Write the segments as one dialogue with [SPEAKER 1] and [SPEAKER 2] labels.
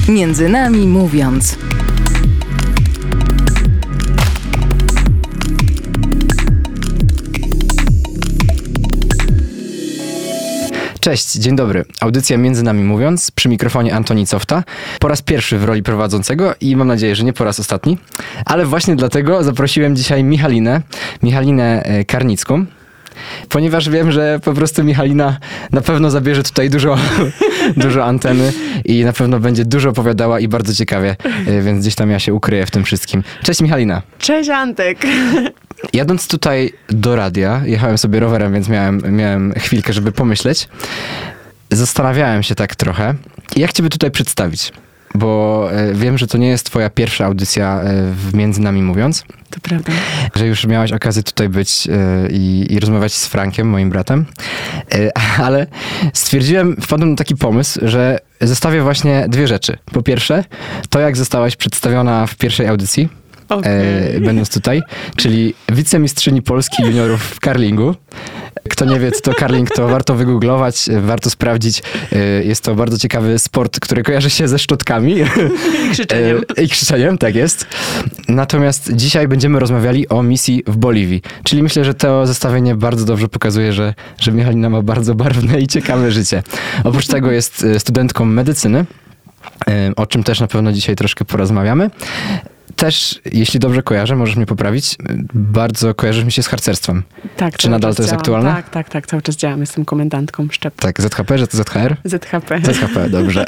[SPEAKER 1] Między nami mówiąc.
[SPEAKER 2] Cześć, dzień dobry. Audycja Między nami mówiąc, przy mikrofonie Antoni Cofta. Po raz pierwszy w roli prowadzącego i mam nadzieję, że nie po raz ostatni. Ale właśnie dlatego zaprosiłem dzisiaj Michalinę Karnicką. Ponieważ wiem, że po prostu Michalina na pewno zabierze tutaj dużo anteny i na pewno będzie dużo opowiadała i bardzo ciekawie, więc gdzieś tam ja się ukryję w tym wszystkim. Cześć Michalina.
[SPEAKER 3] Cześć Antek.
[SPEAKER 2] Jadąc tutaj do radia, jechałem sobie rowerem, więc miałem chwilkę, żeby pomyśleć. Zastanawiałem się tak trochę, jak ciebie tutaj przedstawić. Bo wiem, że to nie jest twoja pierwsza audycja w Między nami mówiąc.
[SPEAKER 3] To prawda.
[SPEAKER 2] Że już miałaś okazję tutaj być i rozmawiać z Frankiem, moim bratem. Ale wpadłem na taki pomysł, że zestawię właśnie dwie rzeczy. Po pierwsze, to jak zostałaś przedstawiona w pierwszej audycji, będąc tutaj, czyli wicemistrzyni Polski juniorów w curlingu. Kto nie wie, co to curling, to warto wygooglować, warto sprawdzić. Jest to bardzo ciekawy sport, który kojarzy się ze szczotkami.
[SPEAKER 3] I krzyczeniem.
[SPEAKER 2] I krzyczeniem, tak jest. Natomiast dzisiaj będziemy rozmawiali o misji w Boliwii. Czyli myślę, że to zestawienie bardzo dobrze pokazuje, że Michalina ma bardzo barwne i ciekawe życie. Oprócz tego jest studentką medycyny, o czym też na pewno dzisiaj troszkę porozmawiamy. Też, jeśli dobrze kojarzę, możesz mnie poprawić, bardzo kojarzysz mi się z harcerstwem.
[SPEAKER 3] Tak.
[SPEAKER 2] Czy nadal to jest aktualne?
[SPEAKER 3] Tak, cały czas działam. Jestem komendantką szczepu.
[SPEAKER 2] Tak, ZHP, że to ZHR?
[SPEAKER 3] ZHP.
[SPEAKER 2] ZHP, dobrze.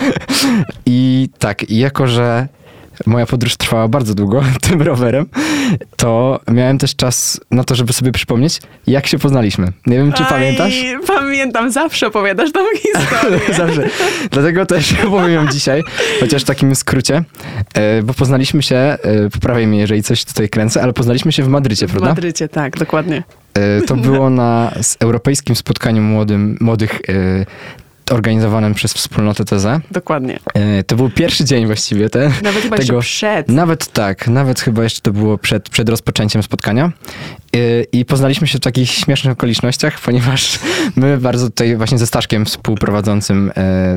[SPEAKER 2] I tak, jako że moja podróż trwała bardzo długo tym rowerem, to miałem też czas na to, żeby sobie przypomnieć, jak się poznaliśmy. Nie wiem, czy pamiętasz?
[SPEAKER 3] Pamiętam, zawsze opowiadasz tą historię.
[SPEAKER 2] Zawsze. Dlatego też opowiem ją dzisiaj, chociaż w takim skrócie, bo poznaliśmy się, poprawię mnie, jeżeli coś tutaj kręcę, ale poznaliśmy się w Madrycie, prawda?
[SPEAKER 3] W Madrycie, tak, dokładnie.
[SPEAKER 2] To było na europejskim spotkaniu młodych organizowanym przez wspólnotę TZ.
[SPEAKER 3] Dokładnie.
[SPEAKER 2] To był pierwszy dzień właściwie.
[SPEAKER 3] Nawet chyba jeszcze przed.
[SPEAKER 2] Nawet chyba jeszcze to było przed rozpoczęciem spotkania. I poznaliśmy się w takich śmiesznych okolicznościach, ponieważ my bardzo tutaj właśnie ze Staszkiem współprowadzącym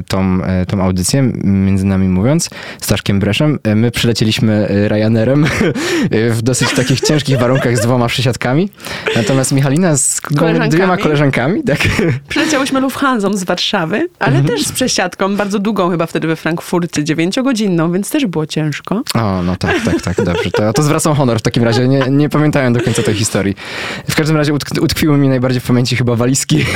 [SPEAKER 2] tą audycję, Między nami mówiąc, Staszkiem Breszem, my przylecieliśmy Ryanerem w dosyć takich ciężkich warunkach z 2 przysiadkami. Natomiast Michalina z 2 koleżankami. Tak.
[SPEAKER 3] Przyleciałyśmy Lufthansą z Warszawy, ale też z przesiadką, bardzo długą chyba wtedy we Frankfurcie, 9-godzinną, więc też było ciężko.
[SPEAKER 2] O, no tak, dobrze. To zwracam honor w takim razie, nie pamiętałem do końca tej historii. W każdym razie utkwiły mi najbardziej w pamięci chyba walizki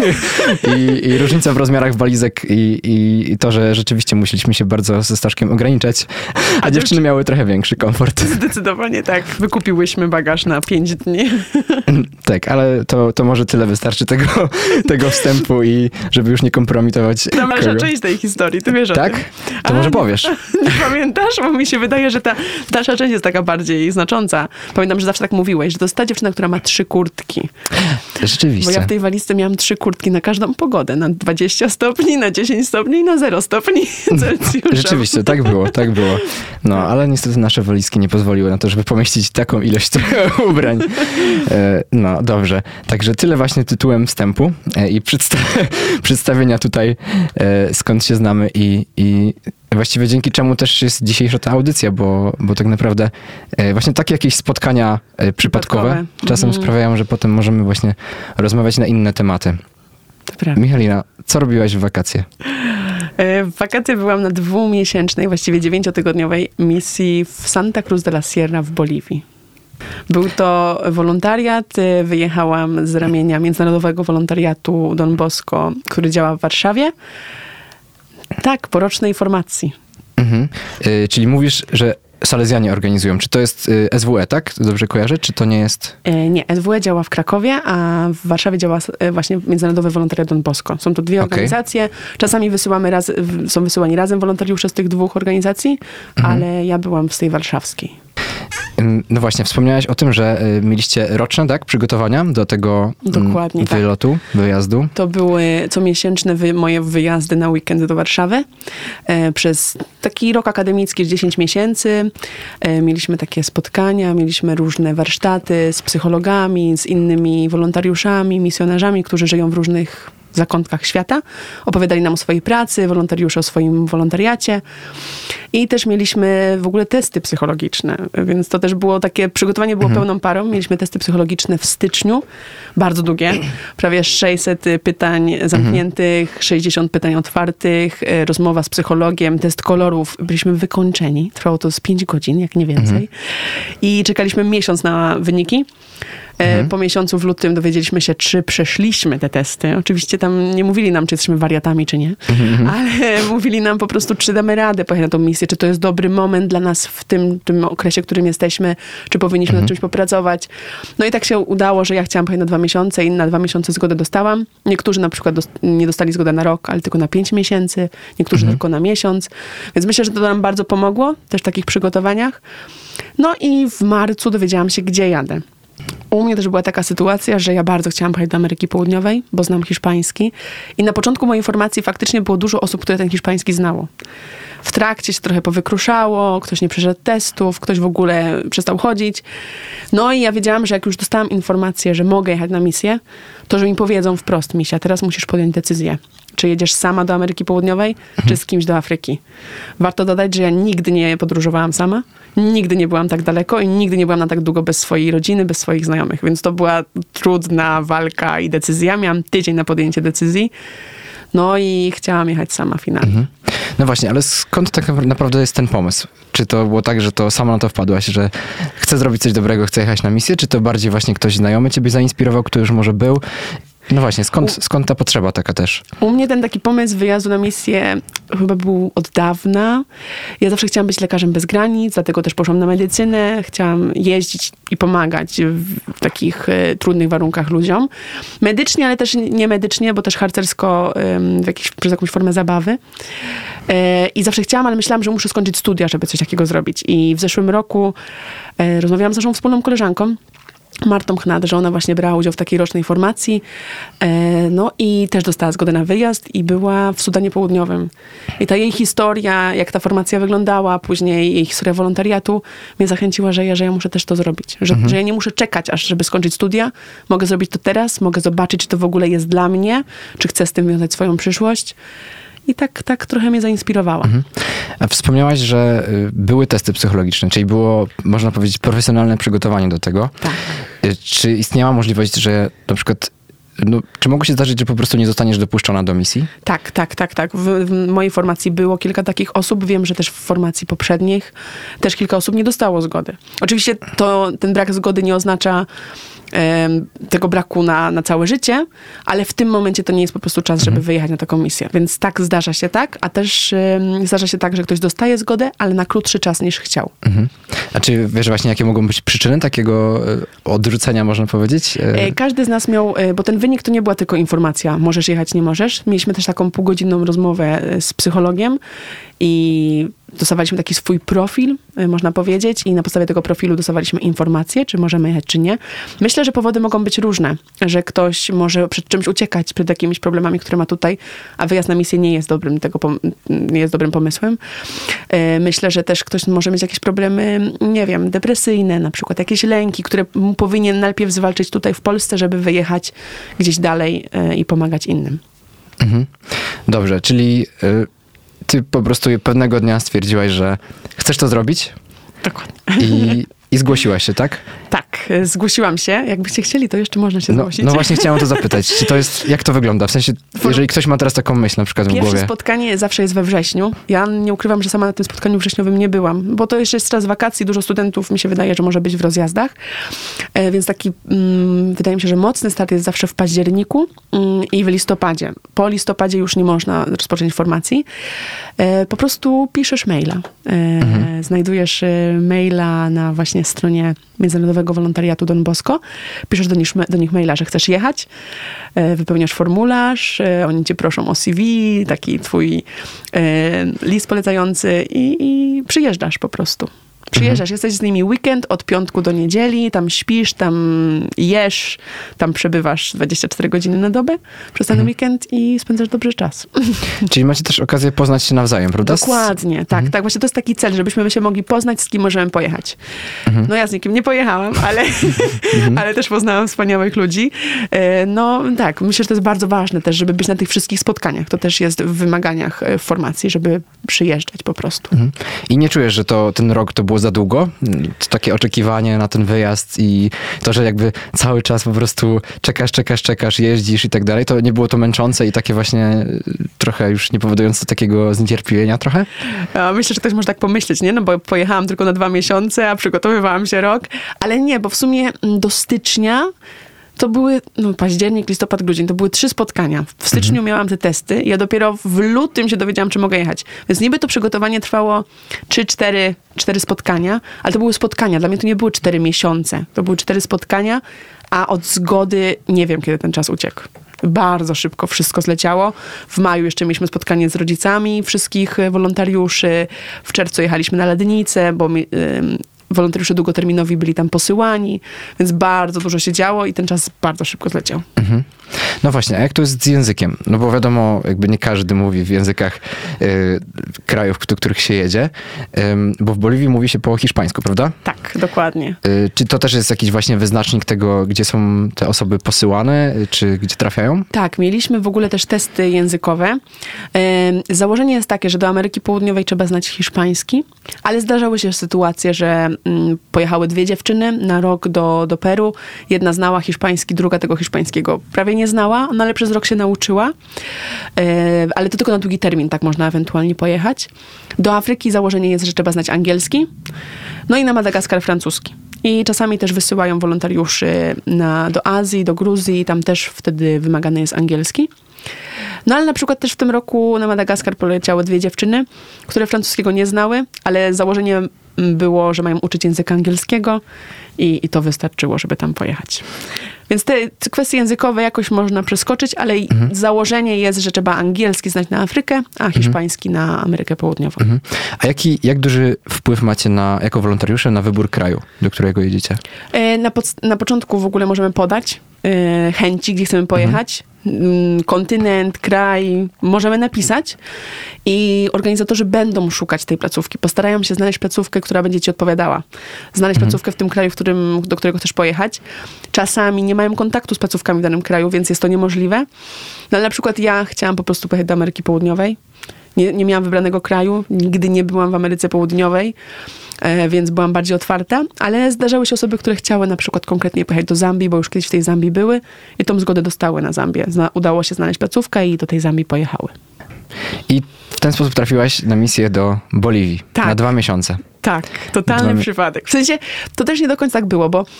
[SPEAKER 2] i różnica w rozmiarach walizek i to, że rzeczywiście musieliśmy się bardzo ze Staszkiem ograniczać, a dziewczyny miały trochę większy komfort.
[SPEAKER 3] Zdecydowanie tak. Wykupiłyśmy bagaż na 5 dni.
[SPEAKER 2] Tak, ale to może tyle wystarczy tego wstępu i żeby już nie kompromitować.
[SPEAKER 3] To dalsza część tej historii, ty wiesz o
[SPEAKER 2] tak?
[SPEAKER 3] tym.
[SPEAKER 2] To może powiesz.
[SPEAKER 3] Nie pamiętasz? Bo mi się wydaje, że ta dalsza część jest taka bardziej znacząca. Pamiętam, że zawsze tak mówiłeś, że to jest ta dziewczyna, która ma 3 kurtki.
[SPEAKER 2] Rzeczywiście.
[SPEAKER 3] Bo ja w tej walizce miałam 3 kurtki na każdą pogodę. Na 20 stopni, na 10 stopni i na 0 stopni Celsjusza.
[SPEAKER 2] Rzeczywiście, tak było. No, ale niestety nasze walizki nie pozwoliły na to, żeby pomieścić taką ilość ubrań. No, dobrze. Także tyle właśnie tytułem wstępu i przedstawienia tutaj, skąd się znamy i właściwie dzięki czemu też jest dzisiejsza ta audycja, bo tak naprawdę właśnie takie jakieś spotkania przypadkowe czasem sprawiają, że potem możemy właśnie rozmawiać na inne tematy.
[SPEAKER 3] To prawda.
[SPEAKER 2] Michalina, co robiłaś w wakacje?
[SPEAKER 3] W wakacje byłam na 2-miesięcznej, właściwie 9-tygodniowej misji w Santa Cruz de la Sierra w Boliwii. Był to wolontariat. Wyjechałam z ramienia Międzynarodowego Wolontariatu Don Bosco, który działa w Warszawie. Tak, po rocznej formacji.
[SPEAKER 2] Czyli mówisz, że Salezjanie organizują. Czy to jest SWE, tak? Dobrze kojarzę? Czy to nie jest...
[SPEAKER 3] Nie, SWE działa w Krakowie, a w Warszawie działa właśnie Międzynarodowy Wolontariat Don Bosco. Są to 2 organizacje. Czasami są wysyłani razem wolontariusze z tych 2 organizacji, ale ja byłam z tej warszawskiej.
[SPEAKER 2] No właśnie, wspomniałaś o tym, że mieliście roczne, tak, przygotowania do tego wylotu, wyjazdu.
[SPEAKER 3] To były comiesięczne moje wyjazdy na weekend do Warszawy. Przez taki rok akademicki, 10 miesięcy. Mieliśmy takie spotkania, mieliśmy różne warsztaty z psychologami, z innymi wolontariuszami, misjonarzami, którzy żyją w różnych zakątkach świata. Opowiadali nam o swojej pracy, wolontariusze o swoim wolontariacie. I też mieliśmy w ogóle testy psychologiczne, więc to też było takie, przygotowanie było pełną parą. Mieliśmy testy psychologiczne w styczniu, bardzo długie, prawie 600 pytań zamkniętych, 60 pytań otwartych, rozmowa z psychologiem, test kolorów. Byliśmy wykończeni. Trwało to z 5 godzin, jak nie więcej. I czekaliśmy miesiąc na wyniki. Po miesiącu w lutym dowiedzieliśmy się, czy przeszliśmy te testy. Oczywiście tam nie mówili nam, czy jesteśmy wariatami, czy nie, ale mówili nam po prostu, czy damy radę pojechać na tą misję, czy to jest dobry moment dla nas w tym okresie, w którym jesteśmy, czy powinniśmy nad czymś popracować. No i tak się udało, że ja chciałam pojechać na 2 miesiące i na 2 miesiące zgodę dostałam. Niektórzy na przykład nie dostali zgody na rok, ale tylko na 5 miesięcy, niektórzy tylko na miesiąc. Więc myślę, że to nam bardzo pomogło, też w takich przygotowaniach. No i w marcu dowiedziałam się, gdzie jadę. U mnie też była taka sytuacja, że ja bardzo chciałam pojechać do Ameryki Południowej, bo znam hiszpański. I na początku mojej formacji faktycznie było dużo osób, które ten hiszpański znało. W trakcie się trochę powykruszało, ktoś nie przeszedł testów, ktoś w ogóle przestał chodzić. No i ja wiedziałam, że jak już dostałam informację, że mogę jechać na misję, to że mi powiedzą wprost: Misia, teraz musisz podjąć decyzję. Czy jedziesz sama do Ameryki Południowej, czy z kimś do Afryki. Warto dodać, że ja nigdy nie podróżowałam sama, nigdy nie byłam tak daleko i nigdy nie byłam na tak długo bez swojej rodziny, bez swoich znajomych. Więc to była trudna walka i decyzja. Miałam tydzień na podjęcie decyzji. No i chciałam jechać sama finalnie.
[SPEAKER 2] No właśnie, ale skąd tak naprawdę jest ten pomysł? Czy to było tak, że to sama na to wpadłaś, że chcę zrobić coś dobrego, chcę jechać na misję? Czy to bardziej właśnie ktoś znajomy ciebie zainspirował, kto już może był? No właśnie, skąd ta potrzeba taka też?
[SPEAKER 3] U mnie ten taki pomysł wyjazdu na misję chyba był od dawna. Ja zawsze chciałam być lekarzem bez granic, dlatego też poszłam na medycynę. Chciałam jeździć i pomagać w takich trudnych warunkach ludziom. Medycznie, ale też nie medycznie, bo też harcersko przez jakąś formę zabawy. I zawsze chciałam, ale myślałam, że muszę skończyć studia, żeby coś takiego zrobić. I w zeszłym roku rozmawiałam z naszą wspólną koleżanką, Martą Chnat, że ona właśnie brała udział w takiej rocznej formacji. No i też dostała zgodę na wyjazd i była w Sudanie Południowym. I ta jej historia, jak ta formacja wyglądała, później jej historia wolontariatu mnie zachęciła, że ja muszę też to zrobić. Że ja nie muszę czekać, aż żeby skończyć studia. Mogę zrobić to teraz, mogę zobaczyć, czy to w ogóle jest dla mnie, czy chcę z tym wiązać swoją przyszłość. I tak trochę mnie zainspirowała.
[SPEAKER 2] A wspomniałaś, że były testy psychologiczne, czyli było, można powiedzieć, profesjonalne przygotowanie do tego.
[SPEAKER 3] Tak.
[SPEAKER 2] Czy istniała możliwość, że na przykład, czy mogło się zdarzyć, że po prostu nie zostaniesz dopuszczona do misji?
[SPEAKER 3] Tak. W mojej formacji było kilka takich osób. Wiem, że też w formacji poprzednich też kilka osób nie dostało zgody. Oczywiście ten brak zgody nie oznacza tego braku na całe życie, ale w tym momencie to nie jest po prostu czas, żeby wyjechać na taką misję. Więc tak, zdarza się tak, a też zdarza się tak, że ktoś dostaje zgodę, ale na krótszy czas niż chciał.
[SPEAKER 2] A czy wiesz właśnie, jakie mogą być przyczyny takiego odrzucenia, można powiedzieć?
[SPEAKER 3] Każdy z nas miał, bo ten wynik to nie była tylko informacja, możesz jechać, nie możesz. Mieliśmy też taką półgodzinną rozmowę z psychologiem i dostawaliśmy taki swój profil, można powiedzieć, i na podstawie tego profilu dostawaliśmy informacje, czy możemy jechać, czy nie. Myślę, że powody mogą być różne, że ktoś może przed czymś uciekać, przed jakimiś problemami, które ma tutaj, a wyjazd na misję nie jest dobrym pomysłem. Myślę, że też ktoś może mieć jakieś problemy, nie wiem, depresyjne, na przykład jakieś lęki, które powinien najpierw zwalczyć tutaj w Polsce, żeby wyjechać gdzieś dalej i pomagać innym.
[SPEAKER 2] Dobrze, czyli ty po prostu pewnego dnia stwierdziłaś, że chcesz to zrobić?
[SPEAKER 3] Dokładnie.
[SPEAKER 2] I zgłosiłaś się, tak?
[SPEAKER 3] Tak, zgłosiłam się. Jakbyście chcieli, to jeszcze można się zgłosić.
[SPEAKER 2] No właśnie chciałam to zapytać. Czy to jest, jak to wygląda? W sensie, jeżeli ktoś ma teraz taką myśl na przykład w głowie.
[SPEAKER 3] Pierwsze spotkanie zawsze jest we wrześniu. Ja nie ukrywam, że sama na tym spotkaniu wrześniowym nie byłam, bo to jeszcze jest czas wakacji. Dużo studentów, mi się wydaje, że może być w rozjazdach. Więc taki, wydaje mi się, że mocny start jest zawsze w październiku i w listopadzie. Po listopadzie już nie można rozpocząć formacji. Po prostu piszesz maila. Znajdujesz maila na właśnie stronie Międzynarodowego Wolontariatu Don Bosco. Piszesz do nich maila, że chcesz jechać, wypełniasz formularz, oni cię proszą o CV, taki twój list polecający i przyjeżdżasz po prostu. Przyjeżdżasz, jesteś z nimi weekend od piątku do niedzieli, tam śpisz, tam jesz, tam przebywasz 24 godziny na dobę przez ten weekend i spędzasz dobrze czas.
[SPEAKER 2] Czyli macie też okazję poznać się nawzajem, prawda?
[SPEAKER 3] Dokładnie, tak. Właśnie to jest taki cel, żebyśmy się mogli poznać, z kim możemy pojechać. No ja z nikim nie pojechałam, ale też poznałam wspaniałych ludzi. No tak, myślę, że to jest bardzo ważne też, żeby być na tych wszystkich spotkaniach. To też jest w wymaganiach formacji, żeby przyjeżdżać po prostu.
[SPEAKER 2] I nie czujesz, że ten rok to było za długo? To takie oczekiwanie na ten wyjazd i to, że jakby cały czas po prostu czekasz, jeździsz i tak dalej, to nie było to męczące i takie właśnie trochę już nie powodujące takiego zniecierpliwienia trochę?
[SPEAKER 3] Myślę, że ktoś może tak pomyśleć, nie? No bo pojechałam tylko na 2 miesiące, a przygotowywałam się rok. Ale nie, bo w sumie do stycznia to były, październik, listopad, grudzień, to były 3 spotkania. W styczniu miałam te testy i ja dopiero w lutym się dowiedziałam, czy mogę jechać. Więc niby to przygotowanie trwało 4 spotkania, ale to były spotkania. Dla mnie to nie były 4 miesiące. To były 4 spotkania, a od zgody nie wiem, kiedy ten czas uciekł. Bardzo szybko wszystko zleciało. W maju jeszcze mieliśmy spotkanie z rodzicami wszystkich wolontariuszy. W czerwcu jechaliśmy na Lednicę, bo wolontariusze długoterminowi byli tam posyłani, więc bardzo dużo się działo i ten czas bardzo szybko zleciał.
[SPEAKER 2] No właśnie, a jak to jest z językiem? No bo wiadomo, jakby nie każdy mówi w językach krajów, do których się jedzie, bo w Boliwii mówi się po hiszpańsku, prawda?
[SPEAKER 3] Tak, dokładnie.
[SPEAKER 2] Czy to też jest jakiś właśnie wyznacznik tego, gdzie są te osoby posyłane, czy gdzie trafiają?
[SPEAKER 3] Tak, mieliśmy w ogóle też testy językowe. Założenie jest takie, że do Ameryki Południowej trzeba znać hiszpański, ale zdarzały się sytuacje, że pojechały 2 dziewczyny na rok do Peru. Jedna znała hiszpański, druga tego hiszpańskiego prawie nie znała, ale przez rok się nauczyła. Ale to tylko na długi termin tak można ewentualnie pojechać. Do Afryki założenie jest, że trzeba znać angielski. No i na Madagaskar francuski. I czasami też wysyłają wolontariuszy do Azji, do Gruzji. Tam też wtedy wymagany jest angielski. No ale na przykład też w tym roku na Madagaskar poleciały 2 dziewczyny, które francuskiego nie znały, ale założenie było, że mają uczyć języka angielskiego i to wystarczyło, żeby tam pojechać. Więc te kwestie językowe jakoś można przeskoczyć, ale założenie jest, że trzeba angielski znać na Afrykę, a hiszpański na Amerykę Południową.
[SPEAKER 2] A jak duży wpływ macie jako wolontariusze na wybór kraju, do którego jedziecie?
[SPEAKER 3] Na początku w ogóle możemy podać chęci, gdzie chcemy pojechać. Kontynent, kraj, możemy napisać i organizatorzy będą szukać tej placówki. Postarają się znaleźć placówkę, która będzie ci odpowiadała. Znaleźć placówkę w tym kraju, do którego chcesz pojechać. Czasami nie mają kontaktu z placówkami w danym kraju, więc jest to niemożliwe. No ale na przykład ja chciałam po prostu pojechać do Ameryki Południowej. Nie miałam wybranego kraju, nigdy nie byłam w Ameryce Południowej, więc byłam bardziej otwarta, ale zdarzały się osoby, które chciały na przykład konkretnie pojechać do Zambii, bo już kiedyś w tej Zambii były i tą zgodę dostały na Zambię. Udało się znaleźć placówkę i do tej Zambii pojechały.
[SPEAKER 2] I w ten sposób trafiłaś na misję do Boliwii na 2 miesiące.
[SPEAKER 3] Tak, totalny przypadek. W sensie, to też nie do końca tak było, bo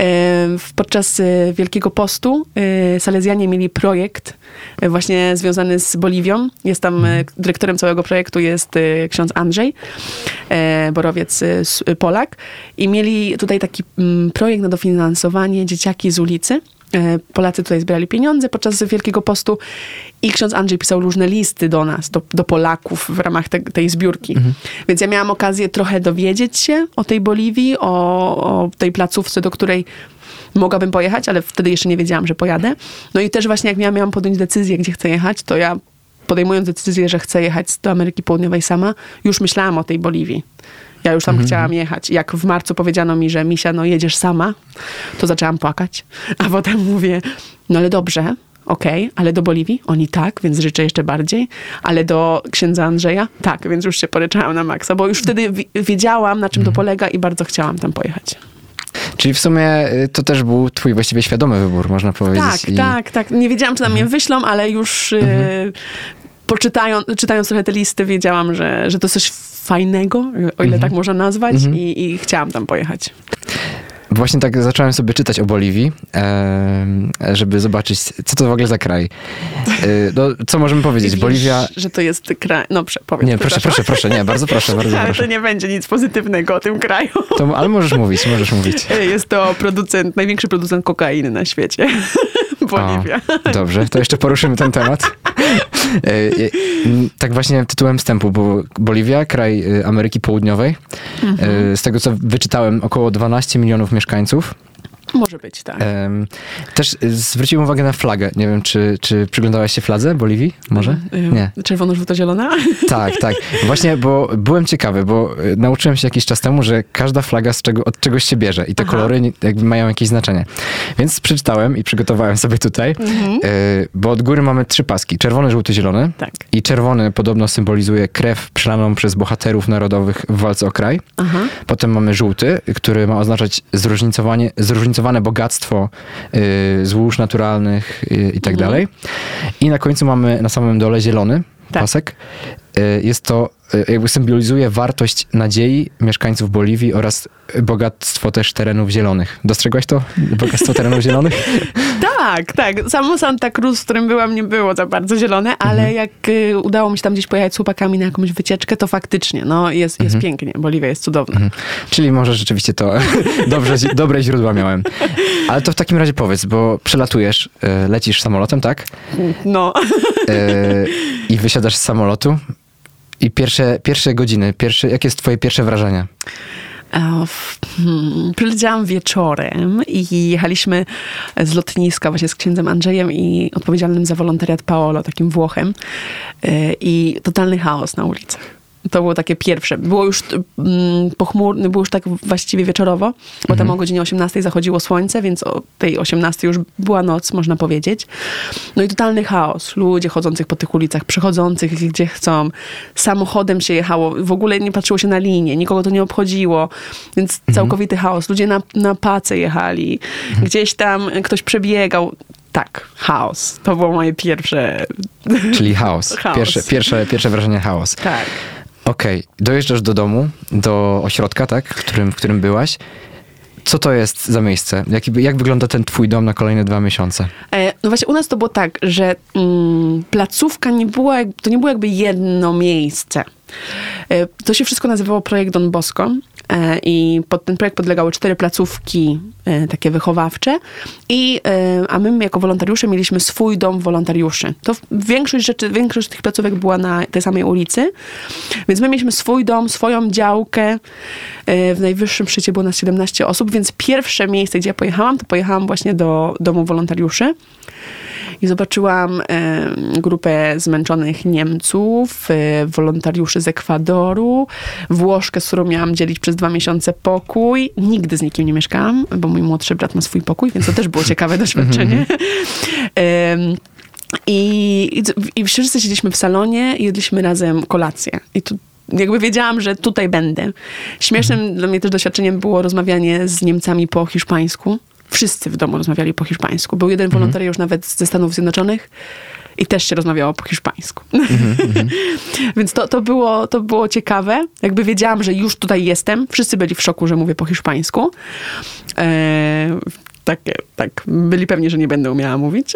[SPEAKER 3] podczas Wielkiego Postu Salezjanie mieli projekt właśnie związany z Boliwią. Jest tam, dyrektorem całego projektu jest ksiądz Andrzej Borowiec, Polak. I mieli tutaj taki projekt na dofinansowanie dzieciaki z ulicy. Polacy tutaj zbierali pieniądze podczas Wielkiego Postu i ksiądz Andrzej pisał różne listy do nas, do Polaków w ramach tej zbiórki. Więc ja miałam okazję trochę dowiedzieć się o tej Boliwii, o tej placówce, do której mogłabym pojechać, ale wtedy jeszcze nie wiedziałam, że pojadę. No i też właśnie jak miałam podjąć decyzję, gdzie chcę jechać, to ja podejmując decyzję, że chcę jechać do Ameryki Południowej sama, już myślałam o tej Boliwii. Ja już tam chciałam jechać. Jak w marcu powiedziano mi, że Misia, jedziesz sama, to zaczęłam płakać. A potem mówię, ale dobrze, okej, ale do Boliwii? Oni tak, więc życzę jeszcze bardziej. Ale do księdza Andrzeja? Tak, więc już się poryczałam na maksa, bo już wtedy wiedziałam, na czym to polega i bardzo chciałam tam pojechać.
[SPEAKER 2] Czyli w sumie to też był twój właściwie świadomy wybór, można powiedzieć.
[SPEAKER 3] Tak. Nie wiedziałam, czy tam mnie wyślą, ale już czytając trochę te listy, wiedziałam, że to coś fajnego, o ile tak można nazwać, i chciałam tam pojechać.
[SPEAKER 2] Właśnie tak zacząłem sobie czytać o Boliwii, żeby zobaczyć, co to w ogóle za kraj. Co możemy powiedzieć?
[SPEAKER 3] Wiesz,
[SPEAKER 2] Boliwia...
[SPEAKER 3] że to jest kraj... No, powiedz.
[SPEAKER 2] Nie, proszę, nie, bardzo proszę.
[SPEAKER 3] Ale to nie będzie nic pozytywnego o tym kraju.
[SPEAKER 2] Ale możesz mówić.
[SPEAKER 3] Jest to największy producent kokainy na świecie. Boliwia.
[SPEAKER 2] Dobrze, to jeszcze poruszymy ten temat. Tak właśnie tytułem wstępu, bo Boliwia, kraj Ameryki Południowej, z tego co wyczytałem, około 12 milionów mieszkańców.
[SPEAKER 3] Może być, tak.
[SPEAKER 2] Też zwróciłem uwagę na flagę. Nie wiem, czy przyglądałaś się fladze Boliwii? Może? Nie.
[SPEAKER 3] Czerwono-żółto-zielona?
[SPEAKER 2] Tak. Właśnie, bo byłem ciekawy, bo nauczyłem się jakiś czas temu, że każda flaga od czegoś się bierze i te kolory jakby mają jakieś znaczenie. Więc przeczytałem i przygotowałem sobie tutaj, bo od góry mamy 3 paski. Czerwony, żółty, zielony. Tak. I czerwony podobno symbolizuje krew przelaną przez bohaterów narodowych w walce o kraj. Potem mamy żółty, który ma oznaczać zróżnicowane bogactwo złóż naturalnych i tak dalej. I na końcu mamy na samym dole zielony pasek. Jest to, jakby symbolizuje wartość nadziei mieszkańców Boliwii oraz bogactwo też terenów zielonych. Dostrzegłaś to? Bogactwo terenów zielonych?
[SPEAKER 3] Tak. Samo Santa Cruz, w którym byłam, nie było za bardzo zielone, ale jak udało mi się tam gdzieś pojechać z chłopakami na jakąś wycieczkę, to faktycznie, jest pięknie. Boliwia jest cudowna.
[SPEAKER 2] Czyli może rzeczywiście to dobre źródła miałem. Ale to w takim razie powiedz, bo przelatujesz, lecisz samolotem, tak?
[SPEAKER 3] No.
[SPEAKER 2] I wysiadasz z samolotu. I pierwsze godziny, jakie jest twoje pierwsze wrażenie?
[SPEAKER 3] Przyleciałam wieczorem i jechaliśmy z lotniska właśnie z księdzem Andrzejem i odpowiedzialnym za wolontariat Paolo, takim Włochem. I totalny chaos na ulicach. To było takie pierwsze. Było już pochmurne, było już tak właściwie wieczorowo, bo tam o godzinie 18 zachodziło słońce, więc o tej 18 już była noc, można powiedzieć. No i totalny chaos. Ludzie chodzących po tych ulicach, przechodzących gdzie chcą. Samochodem się jechało. W ogóle nie patrzyło się na linię. Nikogo to nie obchodziło. Więc całkowity chaos. Ludzie na pace jechali. Gdzieś tam ktoś przebiegał. Tak, chaos. To było moje pierwsze...
[SPEAKER 2] Czyli chaos. Pierwsze wrażenie chaos.
[SPEAKER 3] Tak.
[SPEAKER 2] Okej. Dojeżdżasz do domu, do ośrodka, tak? W którym byłaś. Co to jest za miejsce? Jak wygląda ten twój dom na kolejne 2 miesiące?
[SPEAKER 3] No właśnie u nas to było tak, że placówka to nie było jakby jedno miejsce. To się wszystko nazywało Projekt Don Bosco i pod ten projekt podlegały 4 placówki takie wychowawcze a my jako wolontariusze mieliśmy swój dom wolontariuszy. To większość tych placówek była na tej samej ulicy, więc my mieliśmy swój dom, swoją działkę. W najwyższym szczycie było nas 17 osób, więc pierwsze miejsce, gdzie ja pojechałam właśnie do domu wolontariuszy. I zobaczyłam grupę zmęczonych Niemców, wolontariuszy z Ekwadoru, Włoszkę, z którą miałam dzielić przez 2 miesiące pokój. Nigdy z nikim nie mieszkałam, bo mój młodszy brat ma swój pokój, więc to też było ciekawe doświadczenie. I wszyscy siedzieliśmy w salonie i jedliśmy razem kolację. I tu jakby wiedziałam, że tutaj będę. Śmiesznym dla mnie też doświadczeniem było rozmawianie z Niemcami po hiszpańsku. Wszyscy w domu rozmawiali po hiszpańsku. Był jeden wolontariusz nawet ze Stanów Zjednoczonych i też się rozmawiało po hiszpańsku. Więc to było ciekawe. Jakby wiedziałam, że już tutaj jestem. Wszyscy byli w szoku, że mówię po hiszpańsku. Tak, byli pewni, że nie będę umiała mówić.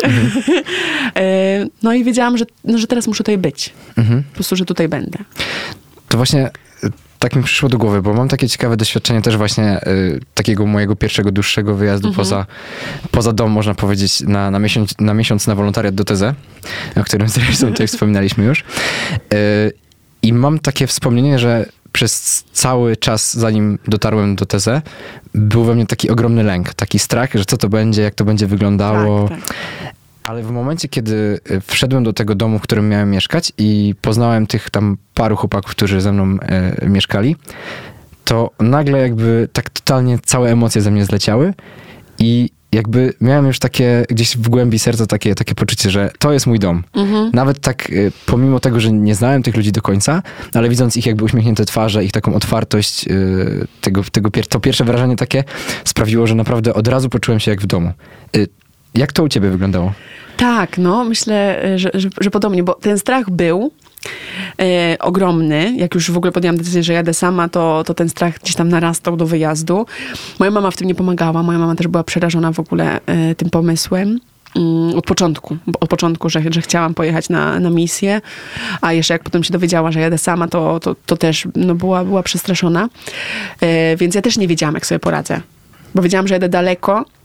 [SPEAKER 3] No i wiedziałam, że teraz muszę tutaj być. Po prostu, że tutaj będę.
[SPEAKER 2] To właśnie tak mi przyszło do głowy, bo mam takie ciekawe doświadczenie też właśnie takiego mojego pierwszego dłuższego wyjazdu poza dom, można powiedzieć, na miesiąc na wolontariat do TZ, o którym zresztą tutaj wspominaliśmy już. I mam takie wspomnienie, że przez cały czas, zanim dotarłem do TZ, był we mnie taki ogromny lęk, taki strach, że co to będzie, jak to będzie wyglądało. Tak. Ale w momencie, kiedy wszedłem do tego domu, w którym miałem mieszkać i poznałem tych tam paru chłopaków, którzy ze mną mieszkali, to nagle jakby tak totalnie całe emocje ze mnie zleciały i jakby miałem już takie gdzieś w głębi serca takie poczucie, że to jest mój dom. Nawet tak pomimo tego, że nie znałem tych ludzi do końca, ale widząc ich jakby uśmiechnięte twarze, ich taką otwartość, to pierwsze wrażenie takie sprawiło, że naprawdę od razu poczułem się jak w domu. Jak to u ciebie wyglądało?
[SPEAKER 3] Tak, myślę, że podobnie, bo ten strach był ogromny. Jak już w ogóle podjęłam decyzję, że jadę sama, to ten strach gdzieś tam narastał do wyjazdu. Moja mama w tym nie pomagała. Moja mama też była przerażona w ogóle tym pomysłem. Od początku, że chciałam pojechać na misję, a jeszcze jak potem się dowiedziała, że jadę sama, to też była przestraszona. Więc ja też nie wiedziałam, jak sobie poradzę. Bo wiedziałam, że jadę daleko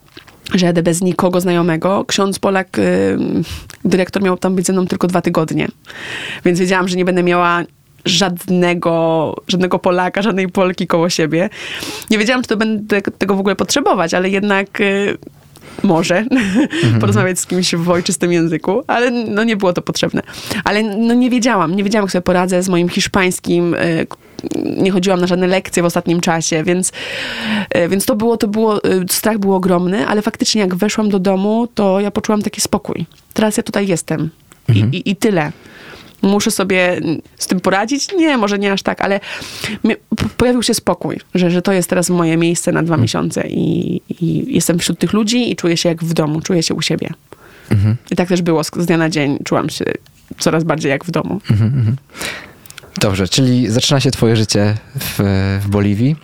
[SPEAKER 3] że jadę bez nikogo znajomego. Ksiądz Polak, dyrektor miał tam być ze mną tylko 2 tygodnie. Więc wiedziałam, że nie będę miała żadnego Polaka, żadnej Polki koło siebie. Nie wiedziałam, czy to będę tego w ogóle potrzebować, ale jednak może porozmawiać z kimś w ojczystym języku, ale no nie było to potrzebne. Ale no nie wiedziałam, jak sobie poradzę z moim hiszpańskim. Nie chodziłam na żadne lekcje w ostatnim czasie, więc to było, strach był ogromny, ale faktycznie jak weszłam do domu, to ja poczułam taki spokój. Teraz ja tutaj jestem i tyle. Muszę sobie z tym poradzić? Nie, może nie aż tak, ale pojawił się spokój, że to jest teraz moje miejsce na 2 miesiące i jestem wśród tych ludzi i czuję się jak w domu, czuję się u siebie. I tak też było z dnia na dzień. Czułam się coraz bardziej jak w domu.
[SPEAKER 2] Dobrze, czyli zaczyna się twoje życie w Boliwii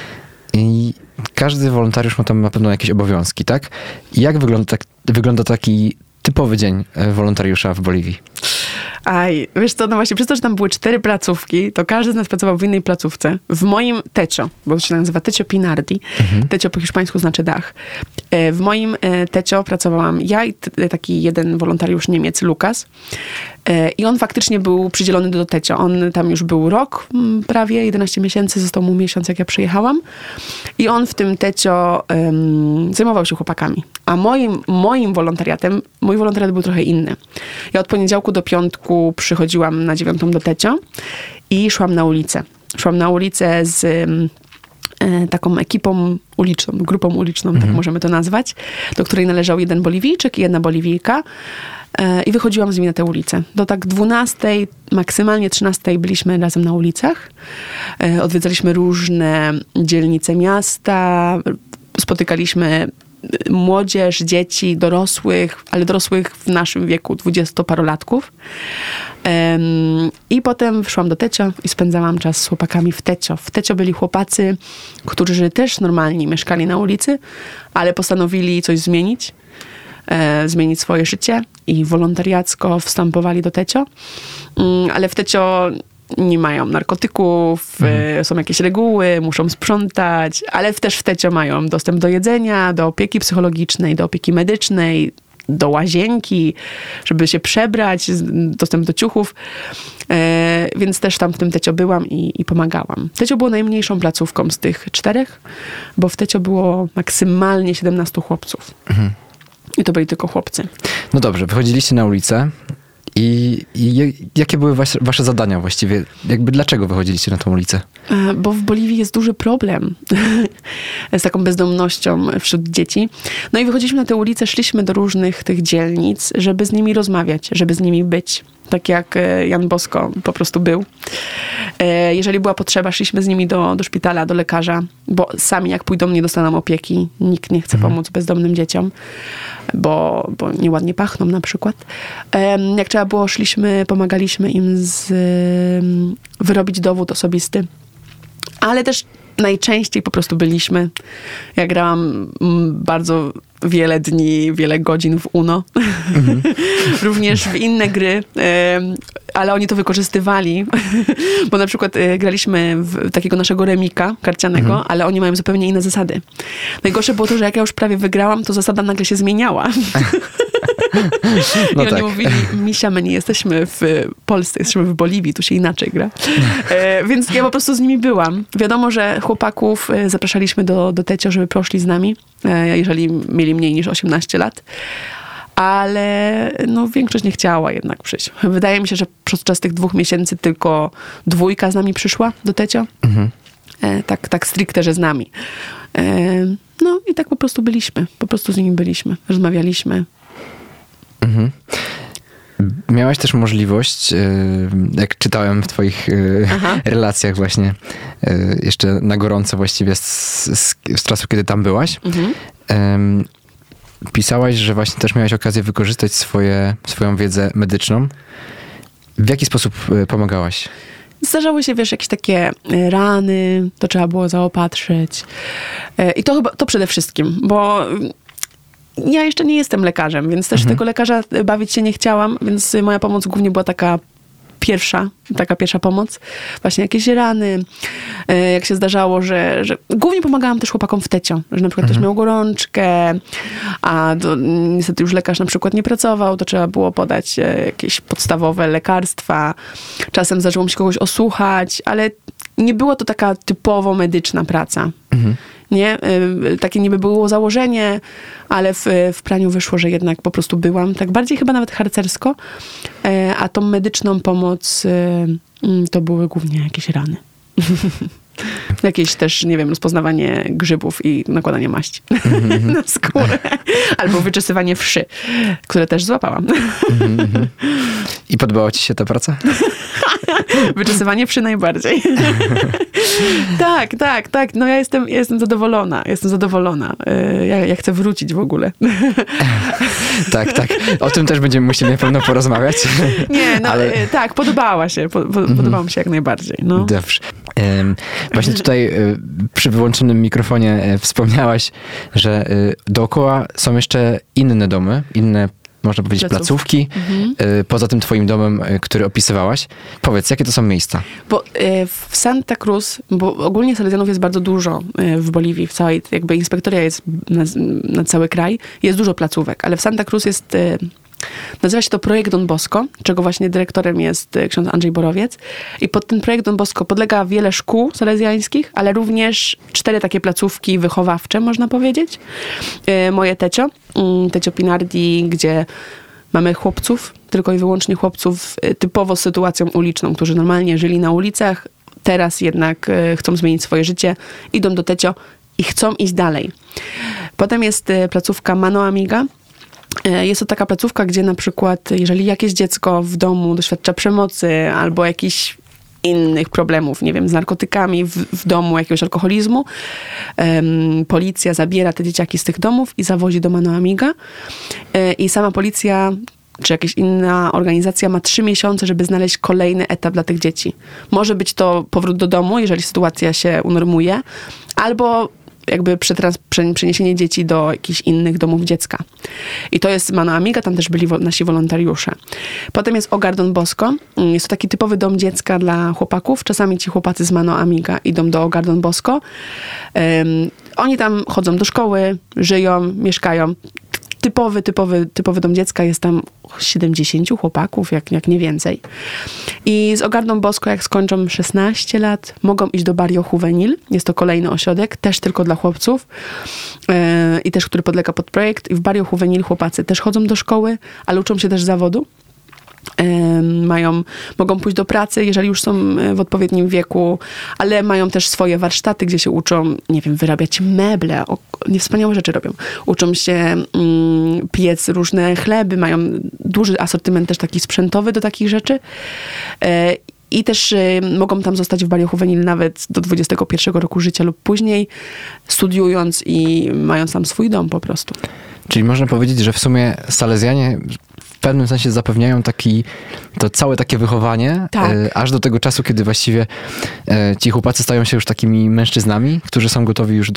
[SPEAKER 2] i każdy wolontariusz ma tam na pewno jakieś obowiązki, tak? Jak wygląda taki typowy dzień wolontariusza w Boliwii?
[SPEAKER 3] Wiesz co, no właśnie przez to, że tam były 4 placówki, to każdy z nas pracował w innej placówce. W moim tecio, bo to się nazywa Tecio Pinardi. Tecio po hiszpańsku znaczy dach. W moim tecio pracowałam ja i taki jeden wolontariusz Niemiec, Lukas. I on faktycznie był przydzielony do tecio. On tam już był rok, prawie 11 miesięcy, został mu miesiąc, jak ja przyjechałam. I on w tym tecio zajmował się chłopakami. A moim wolontariatem, mój wolontariat był trochę inny. Ja od poniedziałku do piątku przychodziłam na 9 do tecio i szłam na ulicę. Szłam na ulicę z taką ekipą uliczną, grupą uliczną, tak możemy to nazwać, do której należał jeden Boliwijczyk i jedna Boliwijka. I wychodziłam z nimi na tę ulicę. Do tak 12, maksymalnie 13 byliśmy razem na ulicach. Odwiedzaliśmy różne dzielnice miasta, spotykaliśmy młodzież, dzieci, dorosłych, ale dorosłych w naszym wieku, 20-parolatków. I potem wszłam do tecio i spędzałam czas z chłopakami w tecio. W tecio byli chłopacy, którzy też normalnie mieszkali na ulicy, ale postanowili coś zmienić swoje życie i wolontariacko wstępowali do tecio. Ale w tecio nie mają narkotyków, są jakieś reguły, muszą sprzątać, ale też w tecio mają dostęp do jedzenia, do opieki psychologicznej, do opieki medycznej, do łazienki, żeby się przebrać, dostęp do ciuchów. Więc też tam w tym tecio byłam i pomagałam. Tecio było najmniejszą placówką z tych 4, bo w tecio było maksymalnie 17 chłopców. I to byli tylko chłopcy.
[SPEAKER 2] No dobrze, wychodziliście na ulicę i jakie były wasze zadania właściwie? Jakby dlaczego wychodziliście na tą ulicę?
[SPEAKER 3] Bo w Boliwii jest duży problem z taką bezdomnością wśród dzieci. No i wychodziliśmy na tę ulicę, szliśmy do różnych tych dzielnic, żeby z nimi rozmawiać, żeby z nimi być. Tak jak Jan Bosko po prostu był. Jeżeli była potrzeba, szliśmy z nimi do szpitala, do lekarza, bo sami jak pójdą, nie dostaną opieki. Nikt nie chce pomóc bezdomnym dzieciom, bo nieładnie pachną na przykład. Jak trzeba było, szliśmy, pomagaliśmy im wyrobić dowód osobisty. Ale też najczęściej po prostu byliśmy. Ja grałam bardzo wiele dni, wiele godzin w Uno. Również w inne gry, ale oni to wykorzystywali. Bo na przykład graliśmy w takiego naszego remika karcianego, ale oni mają zupełnie inne zasady. Najgorsze było to, że jak ja już prawie wygrałam, to zasada nagle się zmieniała.
[SPEAKER 2] No
[SPEAKER 3] I oni
[SPEAKER 2] tak.
[SPEAKER 3] mówili, Misia, my nie jesteśmy w Polsce, jesteśmy w Boliwii, tu się inaczej gra. Więc ja po prostu z nimi byłam. Wiadomo, że chłopaków zapraszaliśmy do tecio, żeby poszli z nami, jeżeli mieli mniej niż 18 lat. Ale no, większość nie chciała jednak przyjść. Wydaje mi się, że podczas tych 2 miesięcy tylko 2 z nami przyszła do tecio. Tak stricte, że z nami. No i tak po prostu byliśmy. Po prostu z nimi byliśmy. Rozmawialiśmy.
[SPEAKER 2] Miałaś też możliwość, jak czytałem w twoich relacjach właśnie, jeszcze na gorąco właściwie z czasów, kiedy tam byłaś, pisałaś, że właśnie też miałaś okazję wykorzystać swoją wiedzę medyczną. W jaki sposób pomagałaś?
[SPEAKER 3] Zdarzały się, wiesz, jakieś takie rany, to trzeba było zaopatrzyć. I to przede wszystkim, bo ja jeszcze nie jestem lekarzem, więc też tego lekarza bawić się nie chciałam, więc moja pomoc głównie była taka taka pierwsza pomoc. Właśnie jakieś rany, jak się zdarzało, że głównie pomagałam też chłopakom w tecio, że na przykład ktoś miał gorączkę, a niestety już lekarz na przykład nie pracował, to trzeba było podać jakieś podstawowe lekarstwa. Czasem zdarzyło mi się kogoś osłuchać, ale nie było to taka typowo medyczna praca. Nie? Takie niby było założenie, ale w praniu wyszło, że jednak po prostu byłam tak bardziej chyba nawet harcersko, a tą medyczną pomoc to były głównie jakieś rany. Jakieś też, nie wiem, rozpoznawanie grzybów i nakładanie maści na skórę. Albo wyczesywanie wszy, które też złapałam.
[SPEAKER 2] I podobała ci się ta praca?
[SPEAKER 3] Wyczesywanie wszy najbardziej. Tak. No ja jestem zadowolona. Ja chcę wrócić w ogóle.
[SPEAKER 2] Tak. O tym też będziemy musieli na pewno porozmawiać.
[SPEAKER 3] Nie, no ale... tak, podobała mi się jak najbardziej. No.
[SPEAKER 2] Dobrze. Właśnie tutaj przy wyłączonym mikrofonie wspomniałaś, że dookoła są jeszcze inne domy, inne, można powiedzieć, placówki, poza tym twoim domem, który opisywałaś. Powiedz, jakie to są miejsca?
[SPEAKER 3] Bo w Santa Cruz, bo ogólnie Salezjanów jest bardzo dużo w Boliwii, w całej, jakby inspektoria jest na cały kraj, jest dużo placówek, ale w Santa Cruz jest... Nazywa się to Projekt Don Bosco, czego właśnie dyrektorem jest ksiądz Andrzej Borowiec. I pod ten Projekt Don Bosco podlega wiele szkół salezjańskich, ale również 4 takie placówki wychowawcze, można powiedzieć. Moje Tecio Pinardi, gdzie mamy chłopców, tylko i wyłącznie chłopców typowo z sytuacją uliczną, którzy normalnie żyli na ulicach, teraz jednak chcą zmienić swoje życie, idą do Tecio i chcą iść dalej. Potem jest placówka Mano Amiga. Jest to taka placówka, gdzie na przykład, jeżeli jakieś dziecko w domu doświadcza przemocy albo jakichś innych problemów, nie wiem, z narkotykami w domu, jakiegoś alkoholizmu, policja zabiera te dzieciaki z tych domów i zawozi do Mano Amiga. I sama policja czy jakaś inna organizacja ma 3 miesiące, żeby znaleźć kolejny etap dla tych dzieci. Może być to powrót do domu, jeżeli sytuacja się unormuje, albo jakby przeniesienie dzieci do jakichś innych domów dziecka. I to jest Mano Amiga, tam też byli nasi wolontariusze. Potem jest Hogar Don Bosco. Jest to taki typowy dom dziecka dla chłopaków. Czasami ci chłopacy z Mano Amiga idą do Hogar Don Bosco. Oni tam chodzą do szkoły, żyją, mieszkają. Typowy dom dziecka, jest tam 70 chłopaków, jak nie więcej. I z Hogar Don Bosco, jak skończą 16 lat, mogą iść do Barrio Juvenil. Jest to kolejny ośrodek, też tylko dla chłopców i też, który podlega pod projekt. I w Barrio Juvenil chłopacy też chodzą do szkoły, ale uczą się też zawodu. Mogą pójść do pracy, jeżeli już są w odpowiednim wieku, ale mają też swoje warsztaty, gdzie się uczą, nie wiem, wyrabiać meble, wspaniałe rzeczy robią. Uczą się piec różne chleby, mają duży asortyment też taki sprzętowy do takich rzeczy. I też mogą tam zostać w Barrio Juvenil nawet do 21 roku życia lub później, studiując i mając tam swój dom po prostu.
[SPEAKER 2] Czyli można powiedzieć, że w sumie Salezjanie w pewnym sensie zapewniają to całe takie wychowanie,
[SPEAKER 3] tak.
[SPEAKER 2] Aż do tego czasu, kiedy właściwie ci chłopacy stają się już takimi mężczyznami, którzy są gotowi już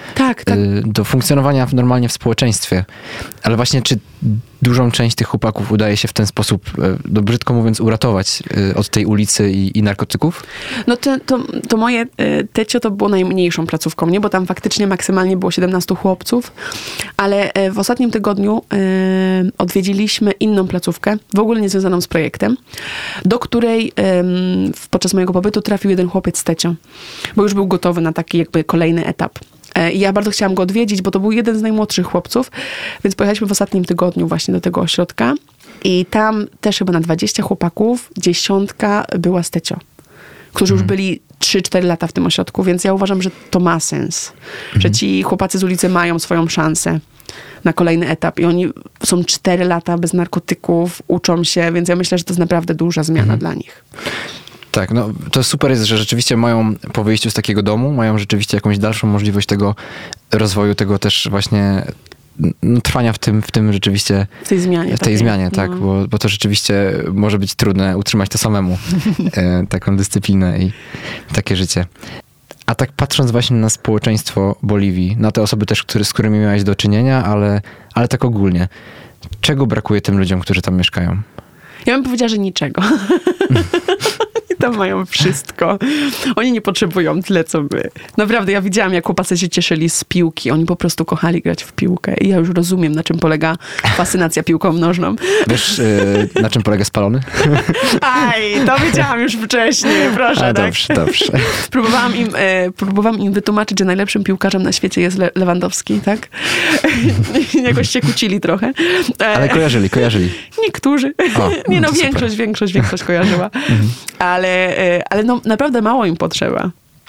[SPEAKER 2] do funkcjonowania normalnie w społeczeństwie. Ale właśnie czy dużą część tych chłopaków udaje się w ten sposób, brzydko mówiąc, uratować od tej ulicy i narkotyków?
[SPEAKER 3] No to moje Tecio to było najmniejszą placówką, nie? Bo tam faktycznie maksymalnie było 17 chłopców, ale w ostatnim tygodniu odwiedziliśmy inną placówkę, w ogóle nie związaną z projektem, do której podczas mojego pobytu trafił jeden chłopiec z Tecio, bo już był gotowy na taki jakby kolejny etap. I ja bardzo chciałam go odwiedzić, bo to był jeden z najmłodszych chłopców, więc pojechaliśmy w ostatnim tygodniu właśnie do tego ośrodka i tam też chyba na 20 chłopaków 10 była z Tecio, którzy już byli 3-4 lata w tym ośrodku, więc ja uważam, że to ma sens, że ci chłopacy z ulicy mają swoją szansę na kolejny etap i oni są 4 lata bez narkotyków, uczą się, więc ja myślę, że to jest naprawdę duża zmiana dla nich.
[SPEAKER 2] Tak, no to super jest, że rzeczywiście mają po wyjściu z takiego domu, mają rzeczywiście jakąś dalszą możliwość tego rozwoju, tego też właśnie trwania w tym rzeczywiście...
[SPEAKER 3] W tej zmianie.
[SPEAKER 2] Tak, bo to rzeczywiście może być trudne utrzymać to samemu, taką dyscyplinę i takie życie. A tak patrząc właśnie na społeczeństwo Boliwii, na te osoby też, z którymi miałeś do czynienia, ale tak ogólnie, czego brakuje tym ludziom, którzy tam mieszkają?
[SPEAKER 3] Ja bym powiedziała, że niczego. I tam mają wszystko. Oni nie potrzebują tyle, co my. Naprawdę, ja widziałam, jak chłopacy się cieszyli z piłki. Oni po prostu kochali grać w piłkę. I ja już rozumiem, na czym polega fascynacja piłką nożną.
[SPEAKER 2] Wiesz, na czym polega spalony?
[SPEAKER 3] Aj, to wiedziałam już wcześniej, proszę.
[SPEAKER 2] A,
[SPEAKER 3] tak?
[SPEAKER 2] Dobrze.
[SPEAKER 3] Próbowałam im wytłumaczyć, że najlepszym piłkarzem na świecie jest Lewandowski, tak? Jakoś się kłócili trochę.
[SPEAKER 2] Ale kojarzyli.
[SPEAKER 3] Niektórzy. Nie no, większość kojarzyła. Ale no, naprawdę mało im potrzeba.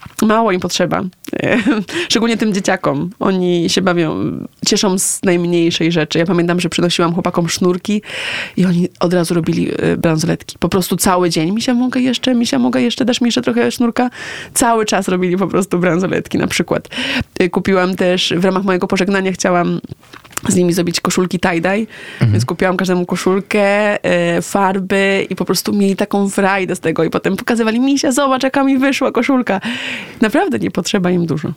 [SPEAKER 3] Szczególnie tym dzieciakom. Oni się cieszą z najmniejszej rzeczy. Ja pamiętam, że przynosiłam chłopakom sznurki i oni od razu robili bransoletki. Po prostu cały dzień. Misia, mogę jeszcze, dasz mi jeszcze trochę sznurka? Cały czas robili po prostu bransoletki na przykład. Kupiłam też, w ramach mojego pożegnania chciałam z nimi zrobić koszulki tie-dye, więc kupiłam każdemu koszulkę, farby i po prostu mieli taką frajdę z tego i potem pokazywali: Misia, zobacz, jaka mi wyszła koszulka. Naprawdę nie potrzeba im dużo.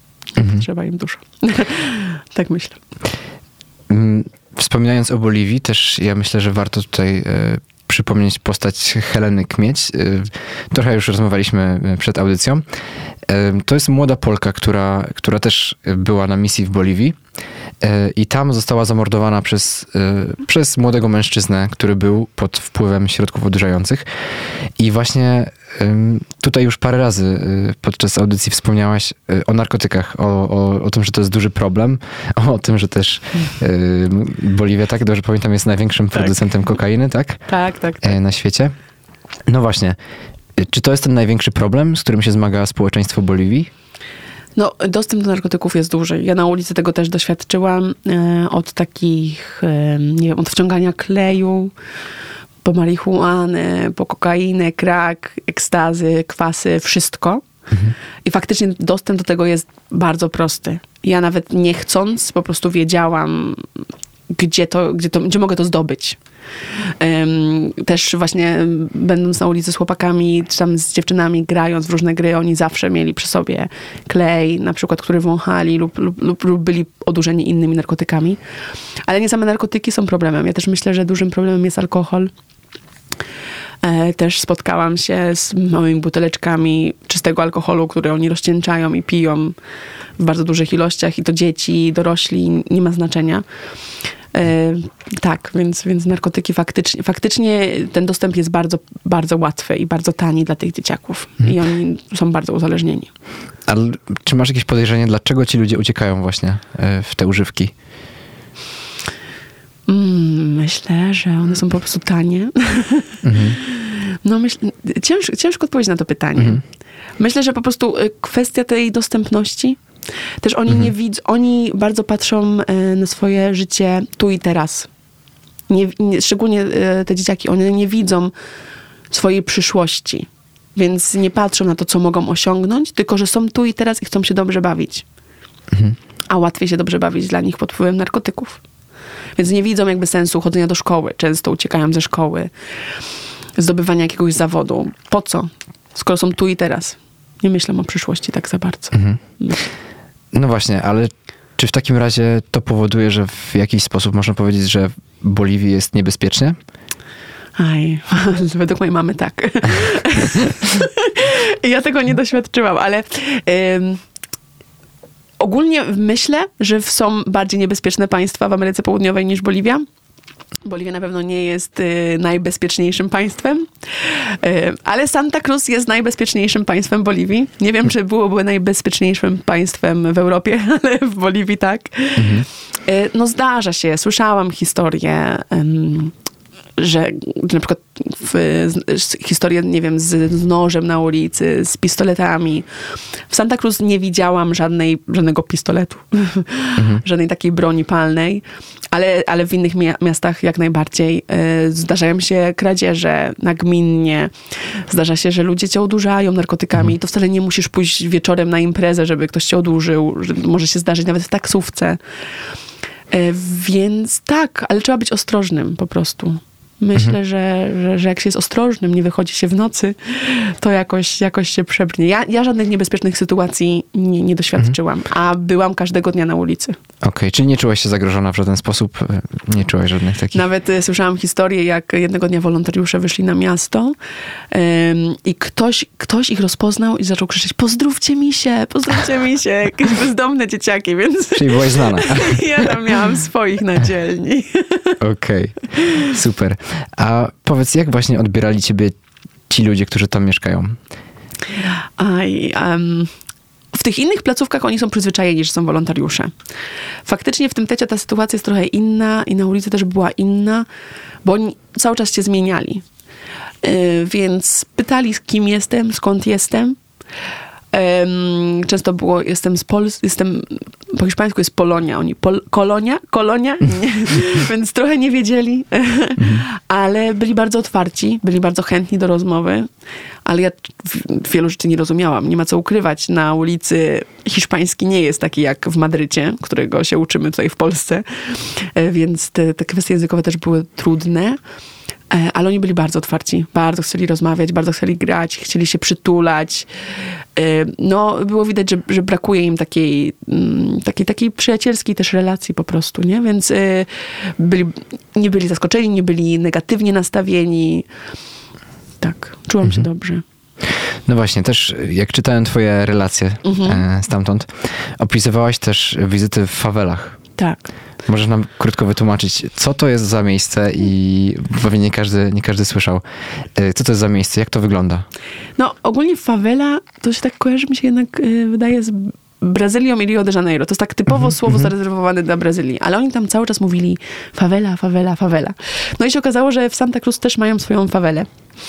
[SPEAKER 3] Tak myślę.
[SPEAKER 2] Wspominając o Boliwii, też ja myślę, że warto tutaj przypomnieć postać Heleny Kmieć. Trochę już rozmawialiśmy przed audycją. To jest młoda Polka, która też była na misji w Boliwii i tam została zamordowana przez młodego mężczyznę, który był pod wpływem środków odurzających. I właśnie tutaj już parę razy podczas audycji wspomniałaś o narkotykach, o tym, że to jest duży problem, o tym, że też Boliwia, tak dobrze pamiętam, jest największym producentem kokainy, tak?
[SPEAKER 3] Tak.
[SPEAKER 2] Na świecie. No właśnie. Czy to jest ten największy problem, z którym się zmaga społeczeństwo Boliwii?
[SPEAKER 3] No, dostęp do narkotyków jest duży. Ja na ulicy tego też doświadczyłam. Od takich, nie wiem, od wciągania kleju, po marihuanę, po kokainę, crack, ekstazy, kwasy, wszystko. I faktycznie dostęp do tego jest bardzo prosty. Ja nawet nie chcąc po prostu wiedziałam, gdzie mogę to zdobyć. Też właśnie będąc na ulicy z chłopakami, czy tam z dziewczynami, grając w różne gry, oni zawsze mieli przy sobie klej, na przykład, który wąchali lub byli odurzeni innymi narkotykami. Ale nie same narkotyki są problemem. Ja też myślę, że dużym problemem jest alkohol. Też spotkałam się z małymi buteleczkami czystego alkoholu, które oni rozcieńczają i piją w bardzo dużych ilościach i to dzieci, dorośli, nie ma znaczenia. Tak, więc narkotyki faktycznie ten dostęp jest bardzo, bardzo łatwy i bardzo tani dla tych dzieciaków. I oni są bardzo uzależnieni.
[SPEAKER 2] Ale czy masz jakieś podejrzenie, dlaczego ci ludzie uciekają właśnie w te używki?
[SPEAKER 3] Myślę, że one są po prostu tanie. No ciężko odpowiedzieć na to pytanie. Myślę, że po prostu kwestia tej dostępności. Też oni nie widzą, oni bardzo patrzą na swoje życie tu i teraz. Szczególnie te dzieciaki, one nie widzą swojej przyszłości. Więc nie patrzą na to, co mogą osiągnąć, tylko że są tu i teraz i chcą się dobrze bawić. A łatwiej się dobrze bawić dla nich pod wpływem narkotyków. Więc nie widzą jakby sensu chodzenia do szkoły. Często uciekają ze szkoły. Zdobywania jakiegoś zawodu. Po co? Skoro są tu i teraz. Nie myślę o przyszłości tak za bardzo.
[SPEAKER 2] No właśnie, ale czy w takim razie to powoduje, że w jakiś sposób można powiedzieć, że w Boliwii jest niebezpiecznie?
[SPEAKER 3] Aj, według mojej mamy tak. Ja tego nie doświadczyłam, ale ogólnie myślę, że są bardziej niebezpieczne państwa w Ameryce Południowej niż Boliwia. Boliwia na pewno nie jest najbezpieczniejszym państwem, ale Santa Cruz jest najbezpieczniejszym państwem Boliwii. Nie wiem, czy byłoby najbezpieczniejszym państwem w Europie, ale w Boliwii tak. No zdarza się, słyszałam historię, że na przykład historię, nie wiem, z nożem na ulicy, z pistoletami. W Santa Cruz nie widziałam żadnego pistoletu, żadnej takiej broni palnej, ale w innych miastach jak najbardziej. Zdarzają się kradzieże nagminnie. Zdarza się, że ludzie cię odurzają narkotykami i to wcale nie musisz pójść wieczorem na imprezę, żeby ktoś cię odurzył. Może się zdarzyć nawet w taksówce. Więc tak, ale trzeba być ostrożnym po prostu. Myślę, że jak się jest ostrożnym, nie wychodzi się w nocy, to jakoś się przebrnie. Ja żadnych niebezpiecznych sytuacji nie doświadczyłam, a byłam każdego dnia na ulicy.
[SPEAKER 2] Okej, czyli nie czułaś się zagrożona w żaden sposób? Nie czułaś żadnych takich...
[SPEAKER 3] Nawet słyszałam historię, jak jednego dnia wolontariusze wyszli na miasto i ktoś ich rozpoznał i zaczął krzyczeć: pozdrówcie mi się, jakieś bezdomne dzieciaki, więc...
[SPEAKER 2] Czyli byłaś znana.
[SPEAKER 3] Ja tam miałam swoich na dzielni.
[SPEAKER 2] Okej, super. A powiedz, jak właśnie odbierali ciebie ci ludzie, którzy tam mieszkają?
[SPEAKER 3] W tych innych placówkach oni są przyzwyczajeni, że są wolontariusze. Faktycznie w tym Tecie ta sytuacja jest trochę inna i na ulicy też była inna, bo oni cały czas się zmieniali. Więc pytali, kim jestem, skąd jestem. Często było, po hiszpańsku jest Polonia, oni Kolonia? Nie. Więc trochę nie wiedzieli, ale byli bardzo otwarci, byli bardzo chętni do rozmowy, ale ja wielu rzeczy nie rozumiałam, nie ma co ukrywać. Na ulicy hiszpański nie jest taki jak w Madrycie, którego się uczymy tutaj w Polsce, więc te kwestie językowe też były trudne. Ale oni byli bardzo otwarci, bardzo chcieli rozmawiać, bardzo chcieli grać, chcieli się przytulać. No, było widać, że brakuje im takiej przyjacielskiej też relacji po prostu, nie? Więc nie byli zaskoczeni, nie byli negatywnie nastawieni. Tak, czułam się dobrze.
[SPEAKER 2] No właśnie, też jak czytałem twoje relacje stamtąd, opisywałaś też wizyty w fawelach.
[SPEAKER 3] Tak.
[SPEAKER 2] Możesz nam krótko wytłumaczyć, co to jest za miejsce i pewnie nie każdy słyszał. Co to jest za miejsce? Jak to wygląda?
[SPEAKER 3] No, ogólnie fawela to się tak kojarzy mi się jednak, wydaje, z Brazylią i Rio de Janeiro. To jest tak typowo słowo zarezerwowane dla Brazylii, ale oni tam cały czas mówili fawela, fawela, fawela. No i się okazało, że w Santa Cruz też mają swoją fawelę.